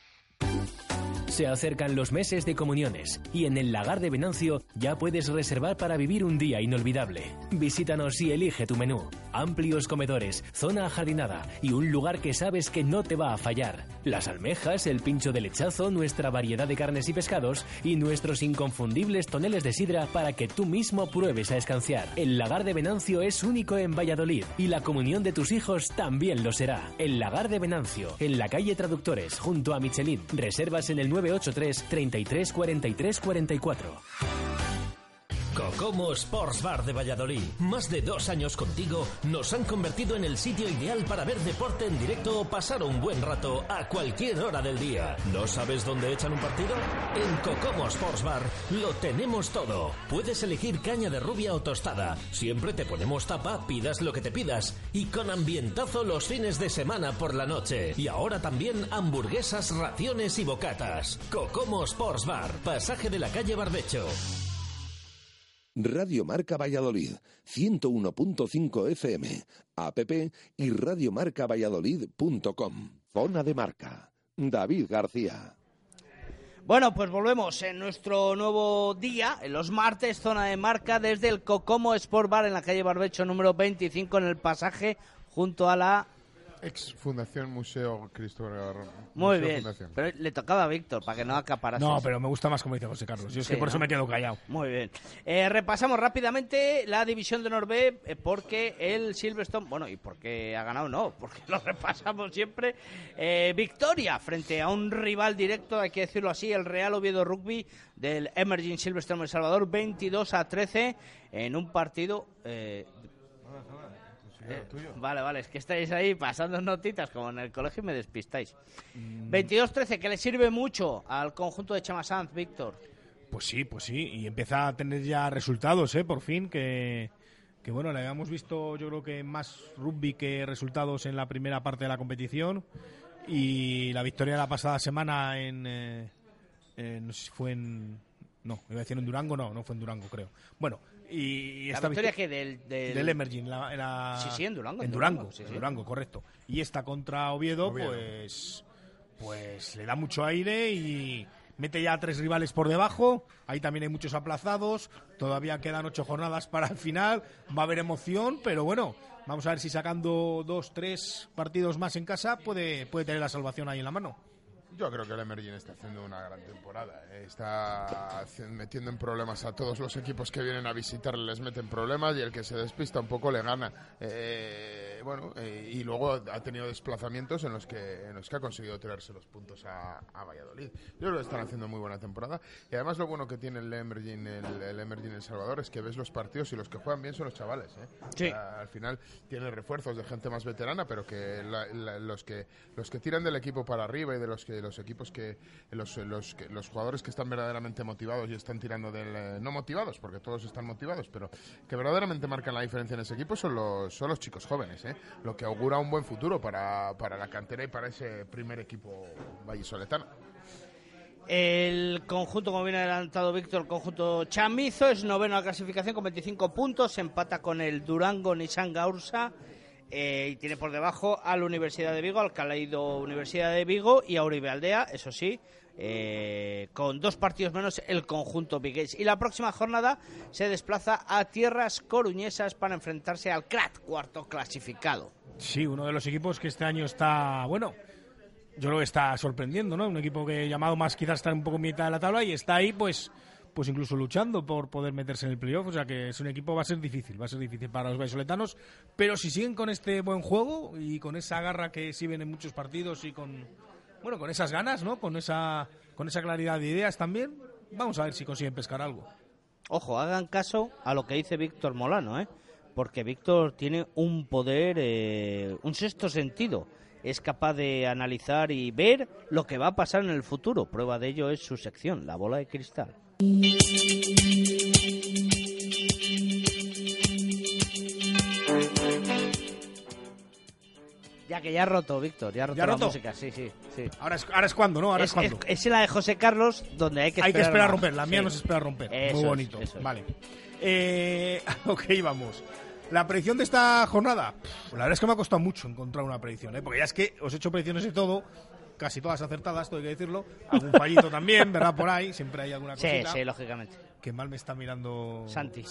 Se acercan los meses de comuniones y en el Lagar de Venancio ya puedes reservar para vivir un día inolvidable. Visítanos y elige tu menú. Amplios comedores, zona ajardinada y un lugar que sabes que no te va a fallar. Las almejas, el pincho de lechazo, nuestra variedad de carnes y pescados y nuestros inconfundibles toneles de sidra para que tú mismo pruebes a escanciar. El Lagar de Venancio es único en Valladolid y la comunión de tus hijos también lo será. El Lagar de Venancio, en la calle Traductores, junto a Michelin. Reservas en el 983 33 43 44. Cocomo Sports Bar de Valladolid. Más de 2 años contigo nos han convertido en el sitio ideal para ver deporte en directo o pasar un buen rato a cualquier hora del día. ¿No sabes dónde echan un partido? En Cocomo Sports Bar lo tenemos todo. Puedes elegir caña de rubia o tostada. Siempre te ponemos tapa, pidas lo que te pidas. Y con ambientazo los fines de semana por la noche. Y ahora también hamburguesas, raciones y bocatas. Cocomo Sports Bar, pasaje de la calle Barbecho. Radio Marca Valladolid, 101.5 FM, app y radiomarcavalladolid.com. Zona de Marca. David García. Bueno, pues volvemos en nuestro nuevo día, en los martes, Zona de Marca, desde el Cocomo Sport Bar en la calle Barbecho número 25, en el pasaje, junto a la... Ex Fundación Museo Cristóbal. Muy bien, Fundación. Pero le tocaba a Víctor para que no acaparase. No, pero me gusta más como dice José Carlos. Yo es que por eso me quedo callado. Muy bien. Repasamos rápidamente la división de honor B porque el Silverstone, bueno, y porque ha ganado no, porque lo repasamos siempre. Victoria frente a un rival directo, hay que decirlo así, el Real Oviedo Rugby del Emerging Silverstone El Salvador, 22-13 en un partido... Vale, es que estáis ahí pasando notitas como en el colegio y me despistáis. 22-13, que le sirve mucho al conjunto de Chema Sanz, Víctor. Pues sí, y empieza a tener ya resultados, por fin, que bueno, le habíamos visto yo creo que más rugby que resultados en la primera parte de la competición, y la victoria de la pasada semana no sé si fue en... No, iba a decir en Durango, no fue en Durango, creo. Bueno, y esta victoria que del Emerging, sí, en Durango. En Durango, correcto. Y esta contra Oviedo. Pues le da mucho aire y mete ya a 3 rivales por debajo. Ahí también hay muchos aplazados. Todavía quedan 8 jornadas para el final. Va a haber emoción, pero bueno, vamos a ver si sacando 2-3 partidos más en casa puede tener la salvación ahí en la mano. Yo creo que el Emerging está haciendo una gran temporada. Está metiendo en problemas a todos los equipos que vienen a visitarle, les meten problemas y el que se despista un poco le gana. y luego ha tenido desplazamientos en los que ha conseguido traerse los puntos a Valladolid. Yo creo que están haciendo muy buena temporada, y además lo bueno que tiene el Emerging El Salvador es que ves los partidos y los que juegan bien son los chavales, ¿eh? Sí. Al final tiene refuerzos de gente más veterana, pero que los que tiran del equipo para arriba y de los jugadores que están verdaderamente motivados y están tirando no motivados, porque todos están motivados, pero que verdaderamente marcan la diferencia en ese equipo son los chicos jóvenes, ¿eh? Lo que augura un buen futuro para la cantera y para ese primer equipo vallisoletano. El conjunto, como viene adelantado Víctor, el conjunto chamizo es noveno a la clasificación con 25 puntos, empata con el Durango Nissan Gaursa, y tiene por debajo a la Universidad de Vigo, al Caleido Universidad de Vigo y a Uribe Aldea, eso sí, con 2 partidos menos el conjunto vigués. Y la próxima jornada se desplaza a tierras coruñesas para enfrentarse al Crat, cuarto clasificado. Sí, uno de los equipos que este año está, bueno, yo creo que está sorprendiendo, ¿no? Un equipo que llamado más quizás estar un poco en mitad de la tabla y está ahí, pues incluso luchando por poder meterse en el playoff. O sea que es un equipo, va a ser difícil para los vallisoletanos, pero si siguen con este buen juego y con esa garra que sí ven en muchos partidos y con esas ganas, ¿no? Con esa claridad de ideas también, vamos a ver si consiguen pescar algo. Ojo, hagan caso a lo que dice Víctor Molano, porque Víctor tiene un poder, un sexto sentido. Es capaz de analizar y ver lo que va a pasar en el futuro. Prueba de ello es su sección, La Bola de Cristal. Ya que ya ha roto, Víctor, ya ha roto la música, sí. Ahora es cuando, ¿no? Es cuando. Es la de José Carlos, donde hay que esperar a romper, la mía no se espera a romper. Eso muy bonito, eso vale. Ok, vamos. La predicción de esta jornada, la verdad es que me ha costado mucho encontrar una predicción, porque ya es que os he hecho predicciones de todo, casi todas acertadas, esto hay que decirlo, algún fallito también, ¿verdad? Por ahí, siempre hay alguna cosita. Sí, lógicamente. Que mal me está mirando Santi.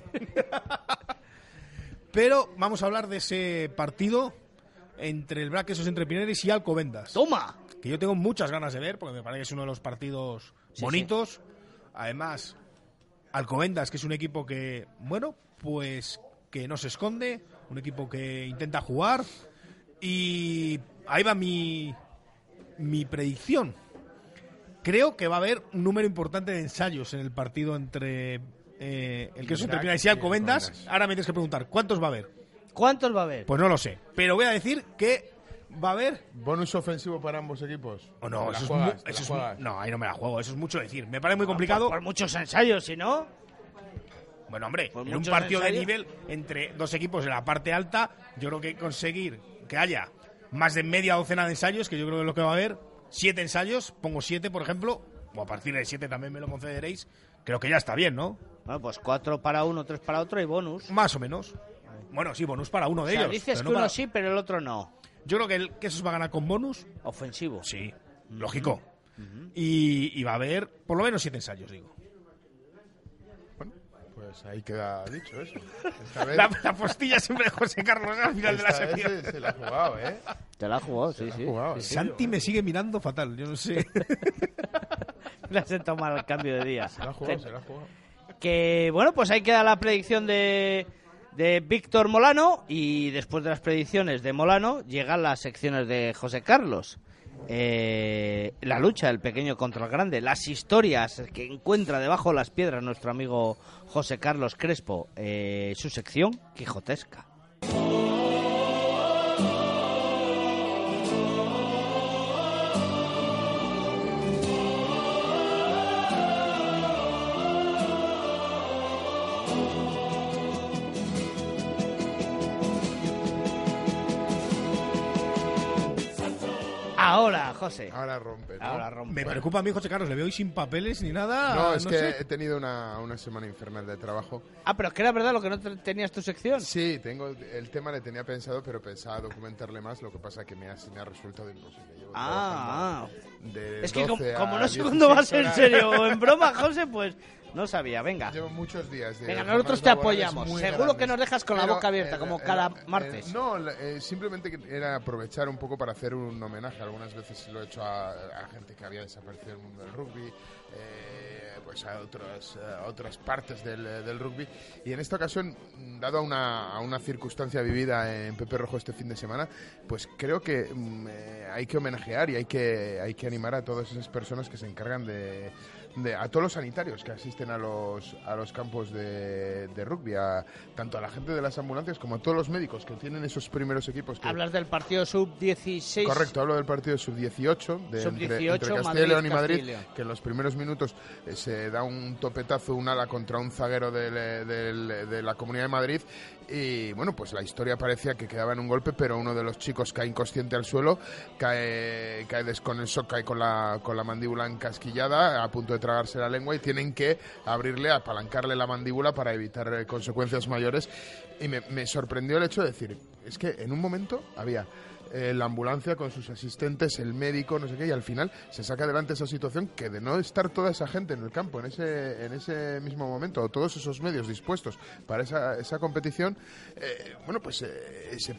Pero vamos a hablar de ese partido entre el Braquesos entre Pineres y Alcobendas. ¡Toma! Que yo tengo muchas ganas de ver, porque me parece que es uno de los partidos bonitos. Sí. Además, Alcobendas, que es un equipo que, pues que no se esconde, un equipo que intenta jugar, y ahí va mi predicción. Creo que va a haber un número importante de ensayos en el partido entre el que es entre Pineres y Alcobendas. Ahora me tienes que preguntar, ¿cuántos va a haber? ¿Cuántos va a haber? Pues no lo sé, pero voy a decir que va a haber... ¿Bonus ofensivo para ambos equipos? ¿O no? No, ahí no me la juego, eso es mucho decir. Me parece muy complicado. Por muchos ensayos, si no... Bueno, hombre, en un partido de nivel entre dos equipos en la parte alta, yo creo que conseguir que haya más de media docena de ensayos, que yo creo que es lo que va a haber, 7 ensayos, pongo 7, por ejemplo, o a partir de 7 también me lo concederéis, creo que ya está bien, ¿no? Bueno, pues 4 para uno, 3 para otro y bonus. Más o menos. Bueno, sí, bonus para uno de ellos. Dices que uno sí, pero el otro no. Yo creo que esos va a ganar con bonus. Ofensivo. Sí, lógico. Y va a haber por lo menos 7 ensayos, digo. Pues ahí queda dicho eso. La postilla siempre de José Carlos al final de la sección. Se la ha jugado, ¿eh? Te la ha jugado, sí. Santi me sigue mirando fatal, yo no sé. Le has sentado mal el cambio de días. Se la ha jugado. Que, bueno, pues ahí queda la predicción de Víctor Molano, y después de las predicciones de Molano llegan las secciones de José Carlos. La lucha del pequeño contra el grande, las historias que encuentra debajo de las piedras nuestro amigo José Carlos Crespo, su sección quijotesca. Ahora, José. Ahora rompe, ¿no? Ahora rompe. Me preocupa a mí, José Carlos. Le veo hoy sin papeles ni nada. No, es que he tenido una semana infernal de trabajo. Ah, pero es que era verdad lo que no tenías tu sección. Sí, el tema le tenía pensado, pero pensaba documentarle más. Lo que pasa es que me ha resultado imposible. Es que como no sé cuándo va a ser en serio o en broma, José, pues no sabía. Venga. Llevo muchos días. Venga, nosotros te apoyamos. Seguro que nos dejas con la boca abierta, como cada martes. Simplemente era aprovechar un poco para hacer un homenaje. Algunas veces lo he hecho a gente que había desaparecido del mundo del rugby. pues a otras partes del rugby. Y en esta ocasión, dado a una circunstancia vivida en Pepe Rojo este fin de semana, pues creo que hay que homenajear y hay que animar a todas esas personas que se encargan a todos los sanitarios que asisten a los campos de rugby, tanto a la gente de las ambulancias como a todos los médicos que tienen esos primeros equipos. Hablas del partido sub-16. Correcto, hablo del partido sub-18 entre Castilla y León y Madrid, que en los primeros minutos se da un topetazo, un ala contra un zaguero de la Comunidad de Madrid. Y bueno, pues la historia parecía que quedaba en un golpe, pero uno de los chicos cae inconsciente al suelo, cae con el shock, cae con la mandíbula encasquillada, a punto de tragarse la lengua, y tienen que apalancarle la mandíbula para evitar consecuencias mayores. Y me sorprendió el hecho de decir, es que en un momento había la ambulancia con sus asistentes, el médico, no sé qué, y al final se saca adelante esa situación, que de no estar toda esa gente en el campo en ese mismo momento, o todos esos medios dispuestos para esa competición, se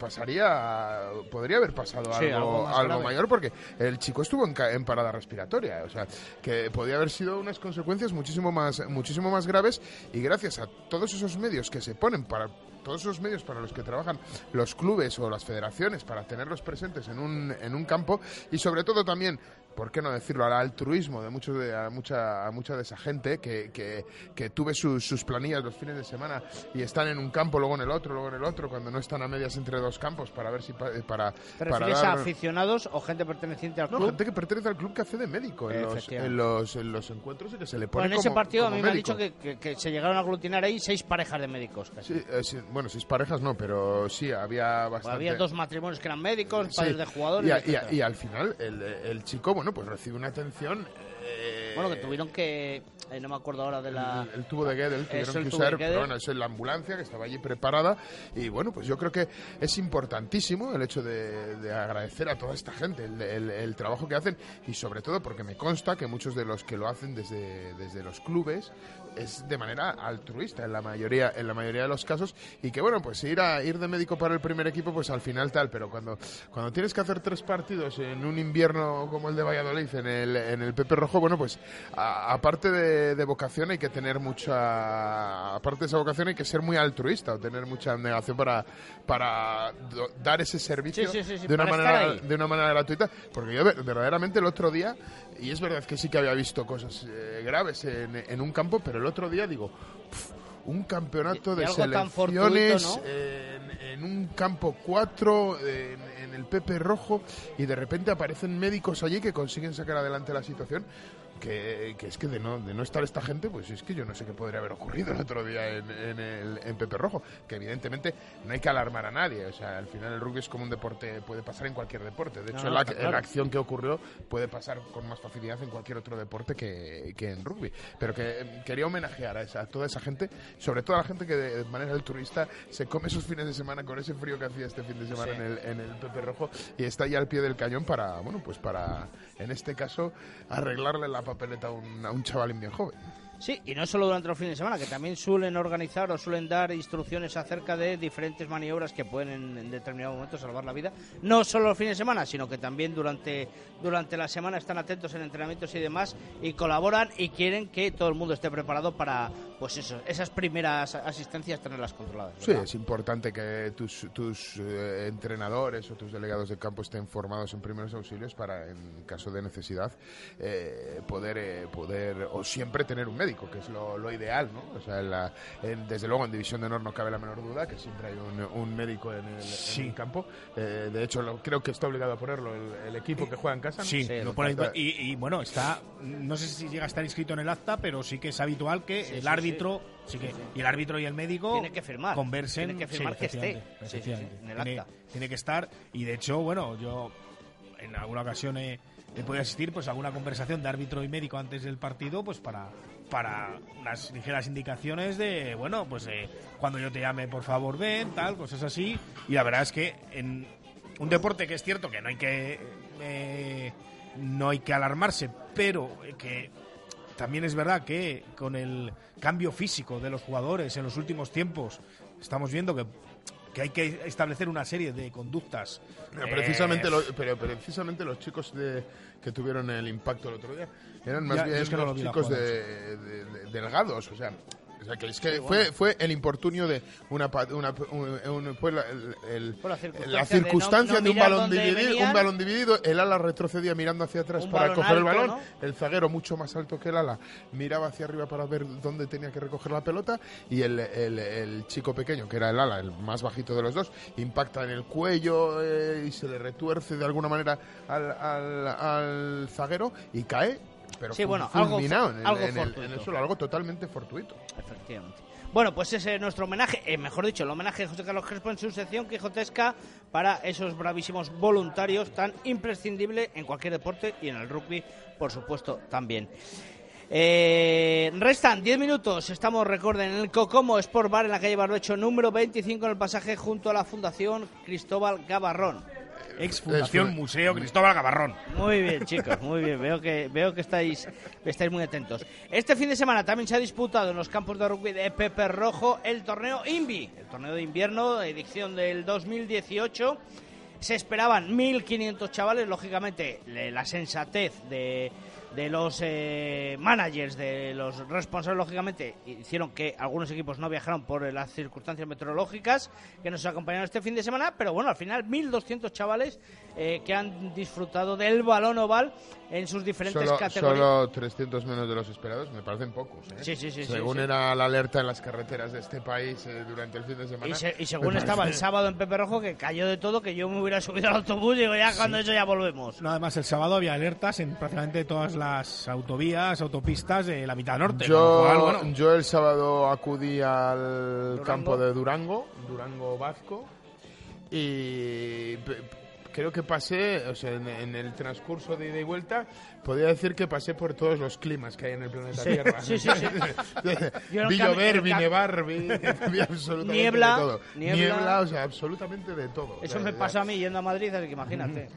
podría haber pasado algo mayor, porque el chico estuvo en parada respiratoria, o sea, que podía haber sido unas consecuencias muchísimo más graves, y gracias a todos esos medios que se ponen todos esos medios para los que trabajan los clubes o las federaciones para tenerlos presentes en un campo, y sobre todo también, ¿por qué no decirlo?, al altruismo de mucha de esa gente que tuve sus planillas los fines de semana y están en un campo, luego en el otro, cuando no están a medias entre dos campos, para ver si ¿Te refieres a aficionados o gente perteneciente al club? No, gente que pertenece al club, que hace de médico en los encuentros, y que se le pone en ese partido a mí médico. Me han dicho que se llegaron a aglutinar ahí 6 parejas de médicos casi. Sí, bueno, 6 parejas no, pero sí, había bastante. Había 2 matrimonios que eran médicos, padres de jugadores. Y al final el chico, bueno, pues recibe una atención. Bueno, que tuvieron que... no me acuerdo ahora de la... El tubo de Guedel tuvieron que usar, pero bueno, eso es la ambulancia que estaba allí preparada. Y bueno, pues yo creo que es importantísimo el hecho de agradecer a toda esta gente el trabajo que hacen, y sobre todo porque me consta que muchos de los que lo hacen desde los clubes es de manera altruista en la mayoría de los casos, y que bueno, pues ir de médico para el primer equipo, pues al final tal, pero cuando tienes que hacer 3 partidos en un invierno como el de Valladolid en el Pepe Rojo, bueno, pues aparte de vocación hay que tener aparte de esa vocación hay que ser muy altruista o tener mucha abnegación para dar ese servicio de una manera gratuita, porque yo verdaderamente el otro día, y es verdad que sí que había visto cosas graves en un campo, pero el otro día digo, un campeonato de selecciones fortuito, ¿no? En un campo 4 en el Pepe Rojo, y de repente aparecen médicos allí que consiguen sacar adelante la situación, que es que de no estar esta gente, pues es que yo no sé qué podría haber ocurrido el otro día en Pepe Rojo, que evidentemente no hay que alarmar a nadie, o sea, al final el rugby es como un deporte, puede pasar en cualquier deporte, de hecho la acción que ocurrió puede pasar con más facilidad en cualquier otro deporte que en rugby, pero que quería homenajear a toda esa gente, sobre todo a la gente que de manera altruista se come sus fines de semana con ese frío que hacía este fin de semana en el Pepe Rojo, y está ahí al pie del cañón para, bueno, pues para, en este caso, arreglarle la papeleta a un chavalín bien joven. Sí, y no solo durante los fines de semana, que también suelen organizar o suelen dar instrucciones acerca de diferentes maniobras que pueden en determinado momento salvar la vida. No solo los fines de semana, sino que también durante la semana están atentos en entrenamientos y demás, y colaboran y quieren que todo el mundo esté preparado para, pues eso, esas primeras asistencias tenerlas controladas, ¿verdad? Sí, es importante que tus entrenadores o tus delegados de campo estén formados en primeros auxilios para, en caso de necesidad, poder o siempre tener un médico, que es lo ideal, ¿no? O sea, desde luego en División de Honor no cabe la menor duda que siempre hay un médico en el campo. De hecho, creo que está obligado a ponerlo el equipo que juega en casa, ¿no? Sí, lo pone, y bueno, está, no sé si llega a estar inscrito en el acta, pero sí que es habitual que el árbitro... Sí que, y el árbitro y el médico tiene que firmar, conversen, tiene que firmar que esté en el acta. Tiene que estar, y de hecho, bueno, yo en alguna ocasión he podido asistir pues a alguna conversación de árbitro y médico antes del partido, pues para unas ligeras indicaciones de, bueno, pues cuando yo te llame, por favor, ven, tal, cosas así. Y la verdad es que en un deporte que es cierto que no hay que alarmarse, pero que también es verdad que con el cambio físico de los jugadores en los últimos tiempos estamos viendo que que hay que establecer una serie de conductas. Precisamente los chicos que tuvieron el impacto el otro día eran más bien los chicos delgados, o sea que es que fue el infortunio de la circunstancia de un balón dividido, el ala retrocedía mirando hacia atrás para coger el balón, ¿no? El zaguero, mucho más alto que el ala, miraba hacia arriba para ver dónde tenía que recoger la pelota, y el chico pequeño, que era el ala, el más bajito de los dos, impacta en el cuello y se le retuerce de alguna manera al zaguero y cae. Pero sí, bueno, fulminado en el suelo, algo totalmente fortuito. Efectivamente. Bueno, pues ese es nuestro homenaje, mejor dicho, el homenaje de José Carlos Crespo en su sección quijotesca para esos bravísimos voluntarios tan imprescindible en cualquier deporte y en el rugby, por supuesto, también. Restan 10 minutos, estamos, recuerden, en el Cocomo Sport Bar en la calle Barbecho número 25 en el pasaje junto a la Fundación Cristóbal Gavarrón. Ex Fundación Museo Cristóbal Gavarrón. Muy bien, chicos, muy bien. Veo que estáis muy atentos. Este fin de semana también se ha disputado en los campos de rugby de Pepe Rojo el torneo INVI, el torneo de invierno, edición del 2018. Se esperaban 1.500 chavales, lógicamente la sensatez de los managers, de los responsables, lógicamente, hicieron que algunos equipos no viajaran por las circunstancias meteorológicas que nos acompañaron este fin de semana, pero bueno, al final 1.200 chavales que han disfrutado del balón oval en sus diferentes categorías. Solo 300 menos de los esperados, me parecen pocos, ¿eh? Sí. Según era la alerta en las carreteras de este país durante el fin de semana. Y según estaba el sábado en Pepe Rojo, que cayó de todo, que yo me hubiera subido al autobús y digo, ya cuando eso ya volvemos. No, además el sábado había alertas en prácticamente todas las autovías, autopistas de la mitad norte. Yo el sábado acudí al campo de Durango Vasco, y creo que pasé, o sea, en el transcurso de ida y vuelta, podría decir que pasé por todos los climas que hay en el planeta Tierra. Sí. Vi llover, vi nevar, vi absolutamente de todo. Niebla, o sea, absolutamente de todo. Eso me pasó a mí yendo a Madrid, así que imagínate.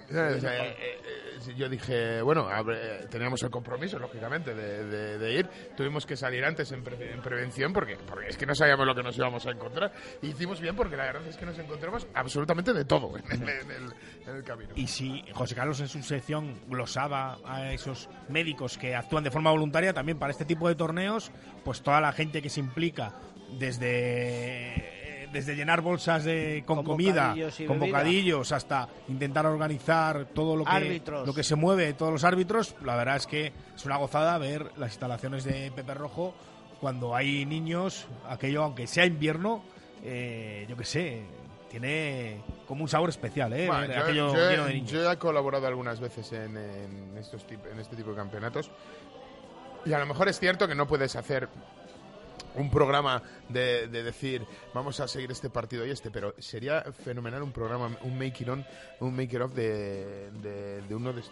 Yo dije, bueno, teníamos el compromiso, lógicamente, de ir. Tuvimos que salir antes en prevención porque es que no sabíamos lo que nos íbamos a encontrar. Y hicimos bien porque la verdad es que nos encontramos absolutamente de todo en el camino. Y si José Carlos en su sección glosaba a esos médicos que actúan de forma voluntaria, también para este tipo de torneos, pues toda la gente que se implica desde llenar bolsas con comida, con bocadillos, hasta intentar organizar todo lo que se mueve, todos los árbitros. La verdad es que es una gozada ver las instalaciones de Pepe Rojo cuando hay niños, aquello, aunque sea invierno, yo qué sé, tiene como un sabor especial, ¿eh? Bueno, yo he colaborado algunas veces en este tipo de campeonatos, y a lo mejor es cierto que no puedes hacer un programa de decir vamos a seguir este partido y pero sería fenomenal un programa, un making of de uno de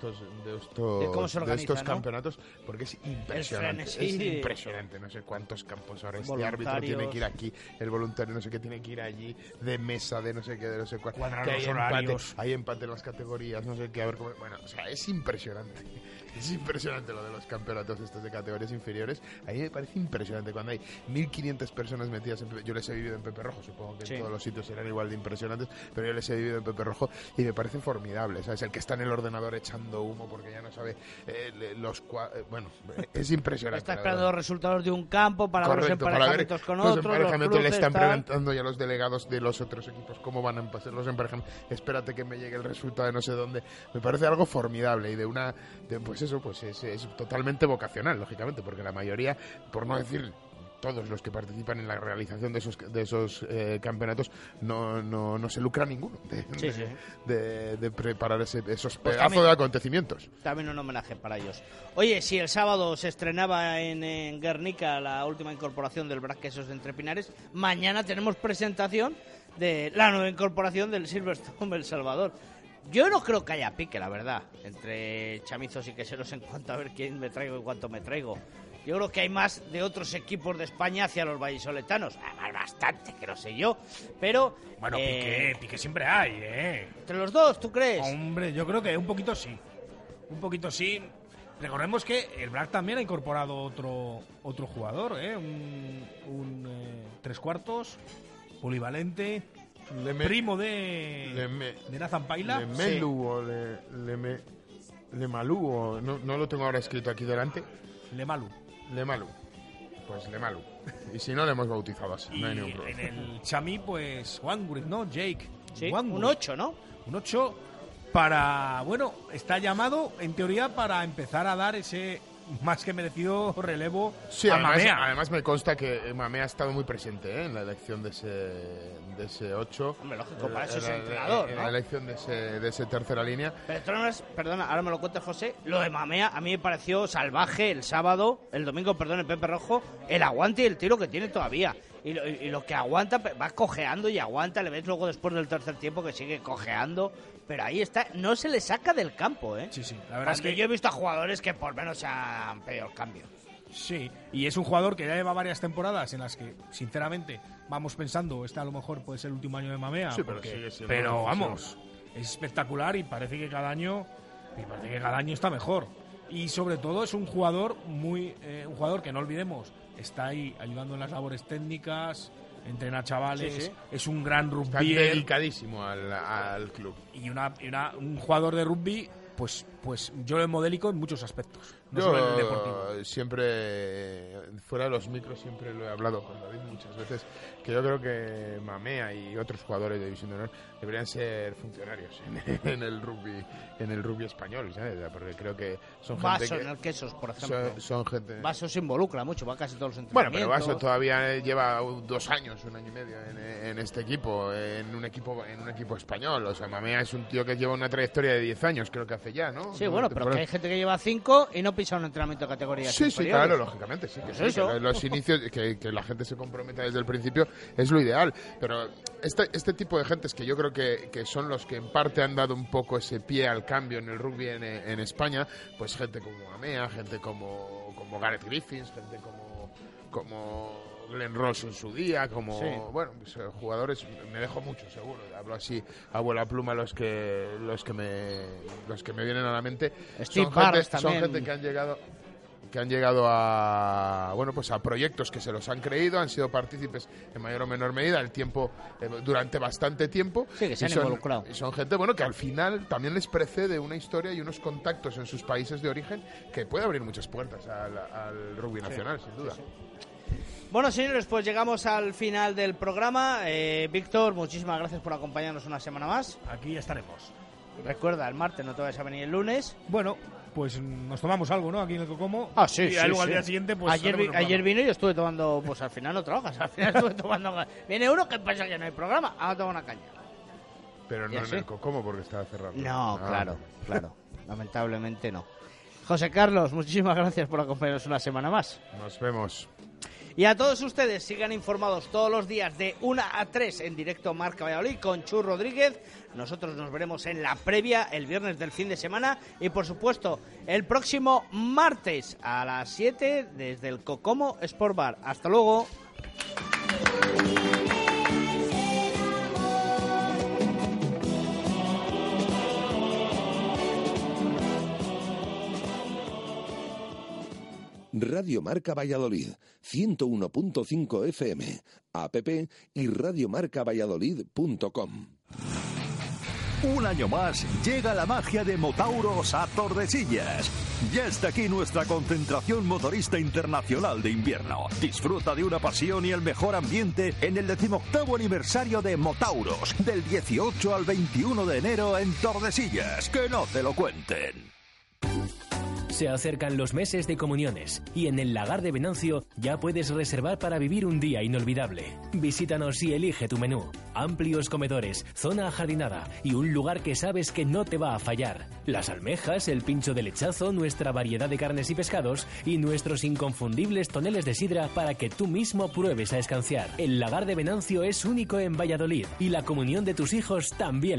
estos campeonatos, porque es impresionante. Es impresionante, no sé cuántos campos ahora este árbitro tiene que ir aquí, el voluntario no sé qué tiene que ir allí, de mesa, de no sé qué, de no sé cuál, hay empate en las categorías, no sé qué, a ver cómo, bueno, o sea, es impresionante. Es impresionante lo de los campeonatos estos de categorías inferiores. A mí me parece impresionante cuando hay 1.500 personas metidas yo les he vivido en Pepe Rojo, supongo que en todos los sitios serán igual de impresionantes, pero yo les he vivido en Pepe Rojo y me parece formidable, ¿sabes? El que está en el ordenador echando humo porque ya no sabe bueno, es impresionante. Está esperando los resultados de un campo para ver los emparejamientos con otros. Los emparejamientos le están preguntando ya a los delegados de los otros equipos cómo van a pasar los emparejamientos. Espérate que me llegue el resultado de no sé dónde. Me parece algo formidable y es totalmente vocacional, lógicamente, porque la mayoría, por no decir todos los que participan en la realización de esos campeonatos, no se lucra ninguno de preparar esos pedazos de acontecimientos. También un homenaje para ellos. Oye, si el sábado se estrenaba en Guernica la última incorporación del BRAC Quesos de Entrepinares, mañana tenemos presentación de la nueva incorporación del Silverstone El Salvador. Yo no creo que haya pique, la verdad, entre chamizos y queseros en cuanto a ver quién me traigo y cuánto me traigo. Yo creo que hay más de otros equipos de España hacia los vallisoletanos. Además, bastante, que no sé yo. Pero... Bueno, pique siempre hay, ¿Entre los dos, tú crees? Hombre, yo creo que un poquito sí. Un poquito sí. Recordemos que el BRAC también ha incorporado otro jugador, un 3/4, polivalente, primo de Nathan Paila. Lemelu o Lemalú, o no lo tengo ahora escrito aquí delante. Lemalu. Pues Lemalu. Y si no, le hemos bautizado así, no hay ningún problema. En el Chami, pues Wanguric, ¿no? Jake. Sí, Wanguric. un 8, ¿no? Un 8 para, bueno, está llamado en teoría para empezar a dar ese más que merecido relevo a Mamea. Además me consta que Mamea ha estado muy presente en la elección de ese 8. Hombre, lógico, para eso es entrenador, en ¿no? la elección de ese tercera línea. Pero esto no es, perdona, ahora me lo cuenta José, lo de Mamea a mí me pareció salvaje el domingo, el Pepe Rojo, el aguante y el tiro que tiene todavía. Y lo que aguanta, va cojeando y aguanta, le ves luego después del tercer tiempo que sigue cojeando, pero ahí está, no se le saca del campo, ¿eh? Sí, la verdad es que yo he visto a jugadores que por menos se han pedido el cambio. Sí, y es un jugador que ya lleva varias temporadas en las que, sinceramente, vamos pensando, este a lo mejor puede ser el último año de Mamea, sí, pero vamos, es espectacular y parece que cada año está mejor. Y sobre todo es un jugador un jugador que no olvidemos, está ahí ayudando en las labores técnicas, entrena chavales, sí. Es un gran rugby. Está dedicadísimo al club. Y un jugador de rugby, pues yo lo modélico en muchos aspectos, no solo en el deportivo. Siempre, fuera de los micros, siempre lo he hablado con David muchas veces, que yo creo que Mamea y otros jugadores de División de Honor deberían ser funcionarios en el rugby español, ¿sabes? Porque creo que son gente Vaso en el Quesos, por ejemplo. Son gente... Vaso se involucra mucho, va casi todos los Bueno, entrenamientos. pero Vaso todavía lleva 2 años, 1 año y medio en este equipo, en un equipo español. O sea, Mamea es un tío que lleva una trayectoria de 10 años, creo que hace ya, ¿no? Sí, bueno, pero que hay gente que lleva 5 y no pisa un entrenamiento de categoría. Sí, claro, lógicamente, sí. Pues que los inicios, que la gente se comprometa desde el principio es lo ideal. Pero este tipo de gentes que yo creo que son los que en parte han dado un poco ese pie al cambio en el rugby en España, pues gente como Mamea, gente como Gareth Griffiths, gente como Glenn Ross en su día, bueno, pues, jugadores, me dejo mucho seguro, hablo así a vuela pluma los que me vienen a la mente. Son gente que han llegado a proyectos que se los han creído, han sido partícipes en mayor o menor medida durante bastante tiempo. Sí, que se han involucrado. Y son gente, que al final también les precede una historia y unos contactos en sus países de origen que puede abrir muchas puertas al rugby nacional, sin duda. Sí. Bueno, señores, pues llegamos al final del programa. Víctor, muchísimas gracias por acompañarnos una semana más. Aquí estaremos. Recuerda, el martes no te vayas a venir el lunes. Bueno, pues nos tomamos algo, ¿no? Aquí en el Cocomo. Sí, y luego al día siguiente, pues... Ayer vino y yo estuve tomando... Pues al final no trabajas, al final estuve tomando... Viene uno que piensa que no hay programa, ahora tomo una caña. Pero no en el Cocomo porque estaba cerrado. No, claro. Lamentablemente no. José Carlos, muchísimas gracias por acompañarnos una semana más. Nos vemos. Y a todos ustedes, sigan informados todos los días de 1 a 3 en directo Marca Valladolid con Chus Rodríguez. Nosotros nos veremos en la previa el viernes del fin de semana y, por supuesto, el próximo martes a las 7 desde el Cocomo Sport Bar. Hasta luego. Radio Marca Valladolid, 101.5 FM, app y radiomarcavalladolid.com. Un año más llega la magia de Motauros a Tordesillas. Ya está aquí nuestra concentración motorista internacional de invierno. Disfruta de una pasión y el mejor ambiente en el 18º aniversario de Motauros, del 18 al 21 de enero en Tordesillas. Que no te lo cuenten. Se acercan los meses de comuniones y en el Lagar de Venancio ya puedes reservar para vivir un día inolvidable. Visítanos y elige tu menú. Amplios comedores, zona ajardinada y un lugar que sabes que no te va a fallar. Las almejas, el pincho de lechazo, nuestra variedad de carnes y pescados y nuestros inconfundibles toneles de sidra para que tú mismo pruebes a escanciar. El Lagar de Venancio es único en Valladolid y la comunión de tus hijos también.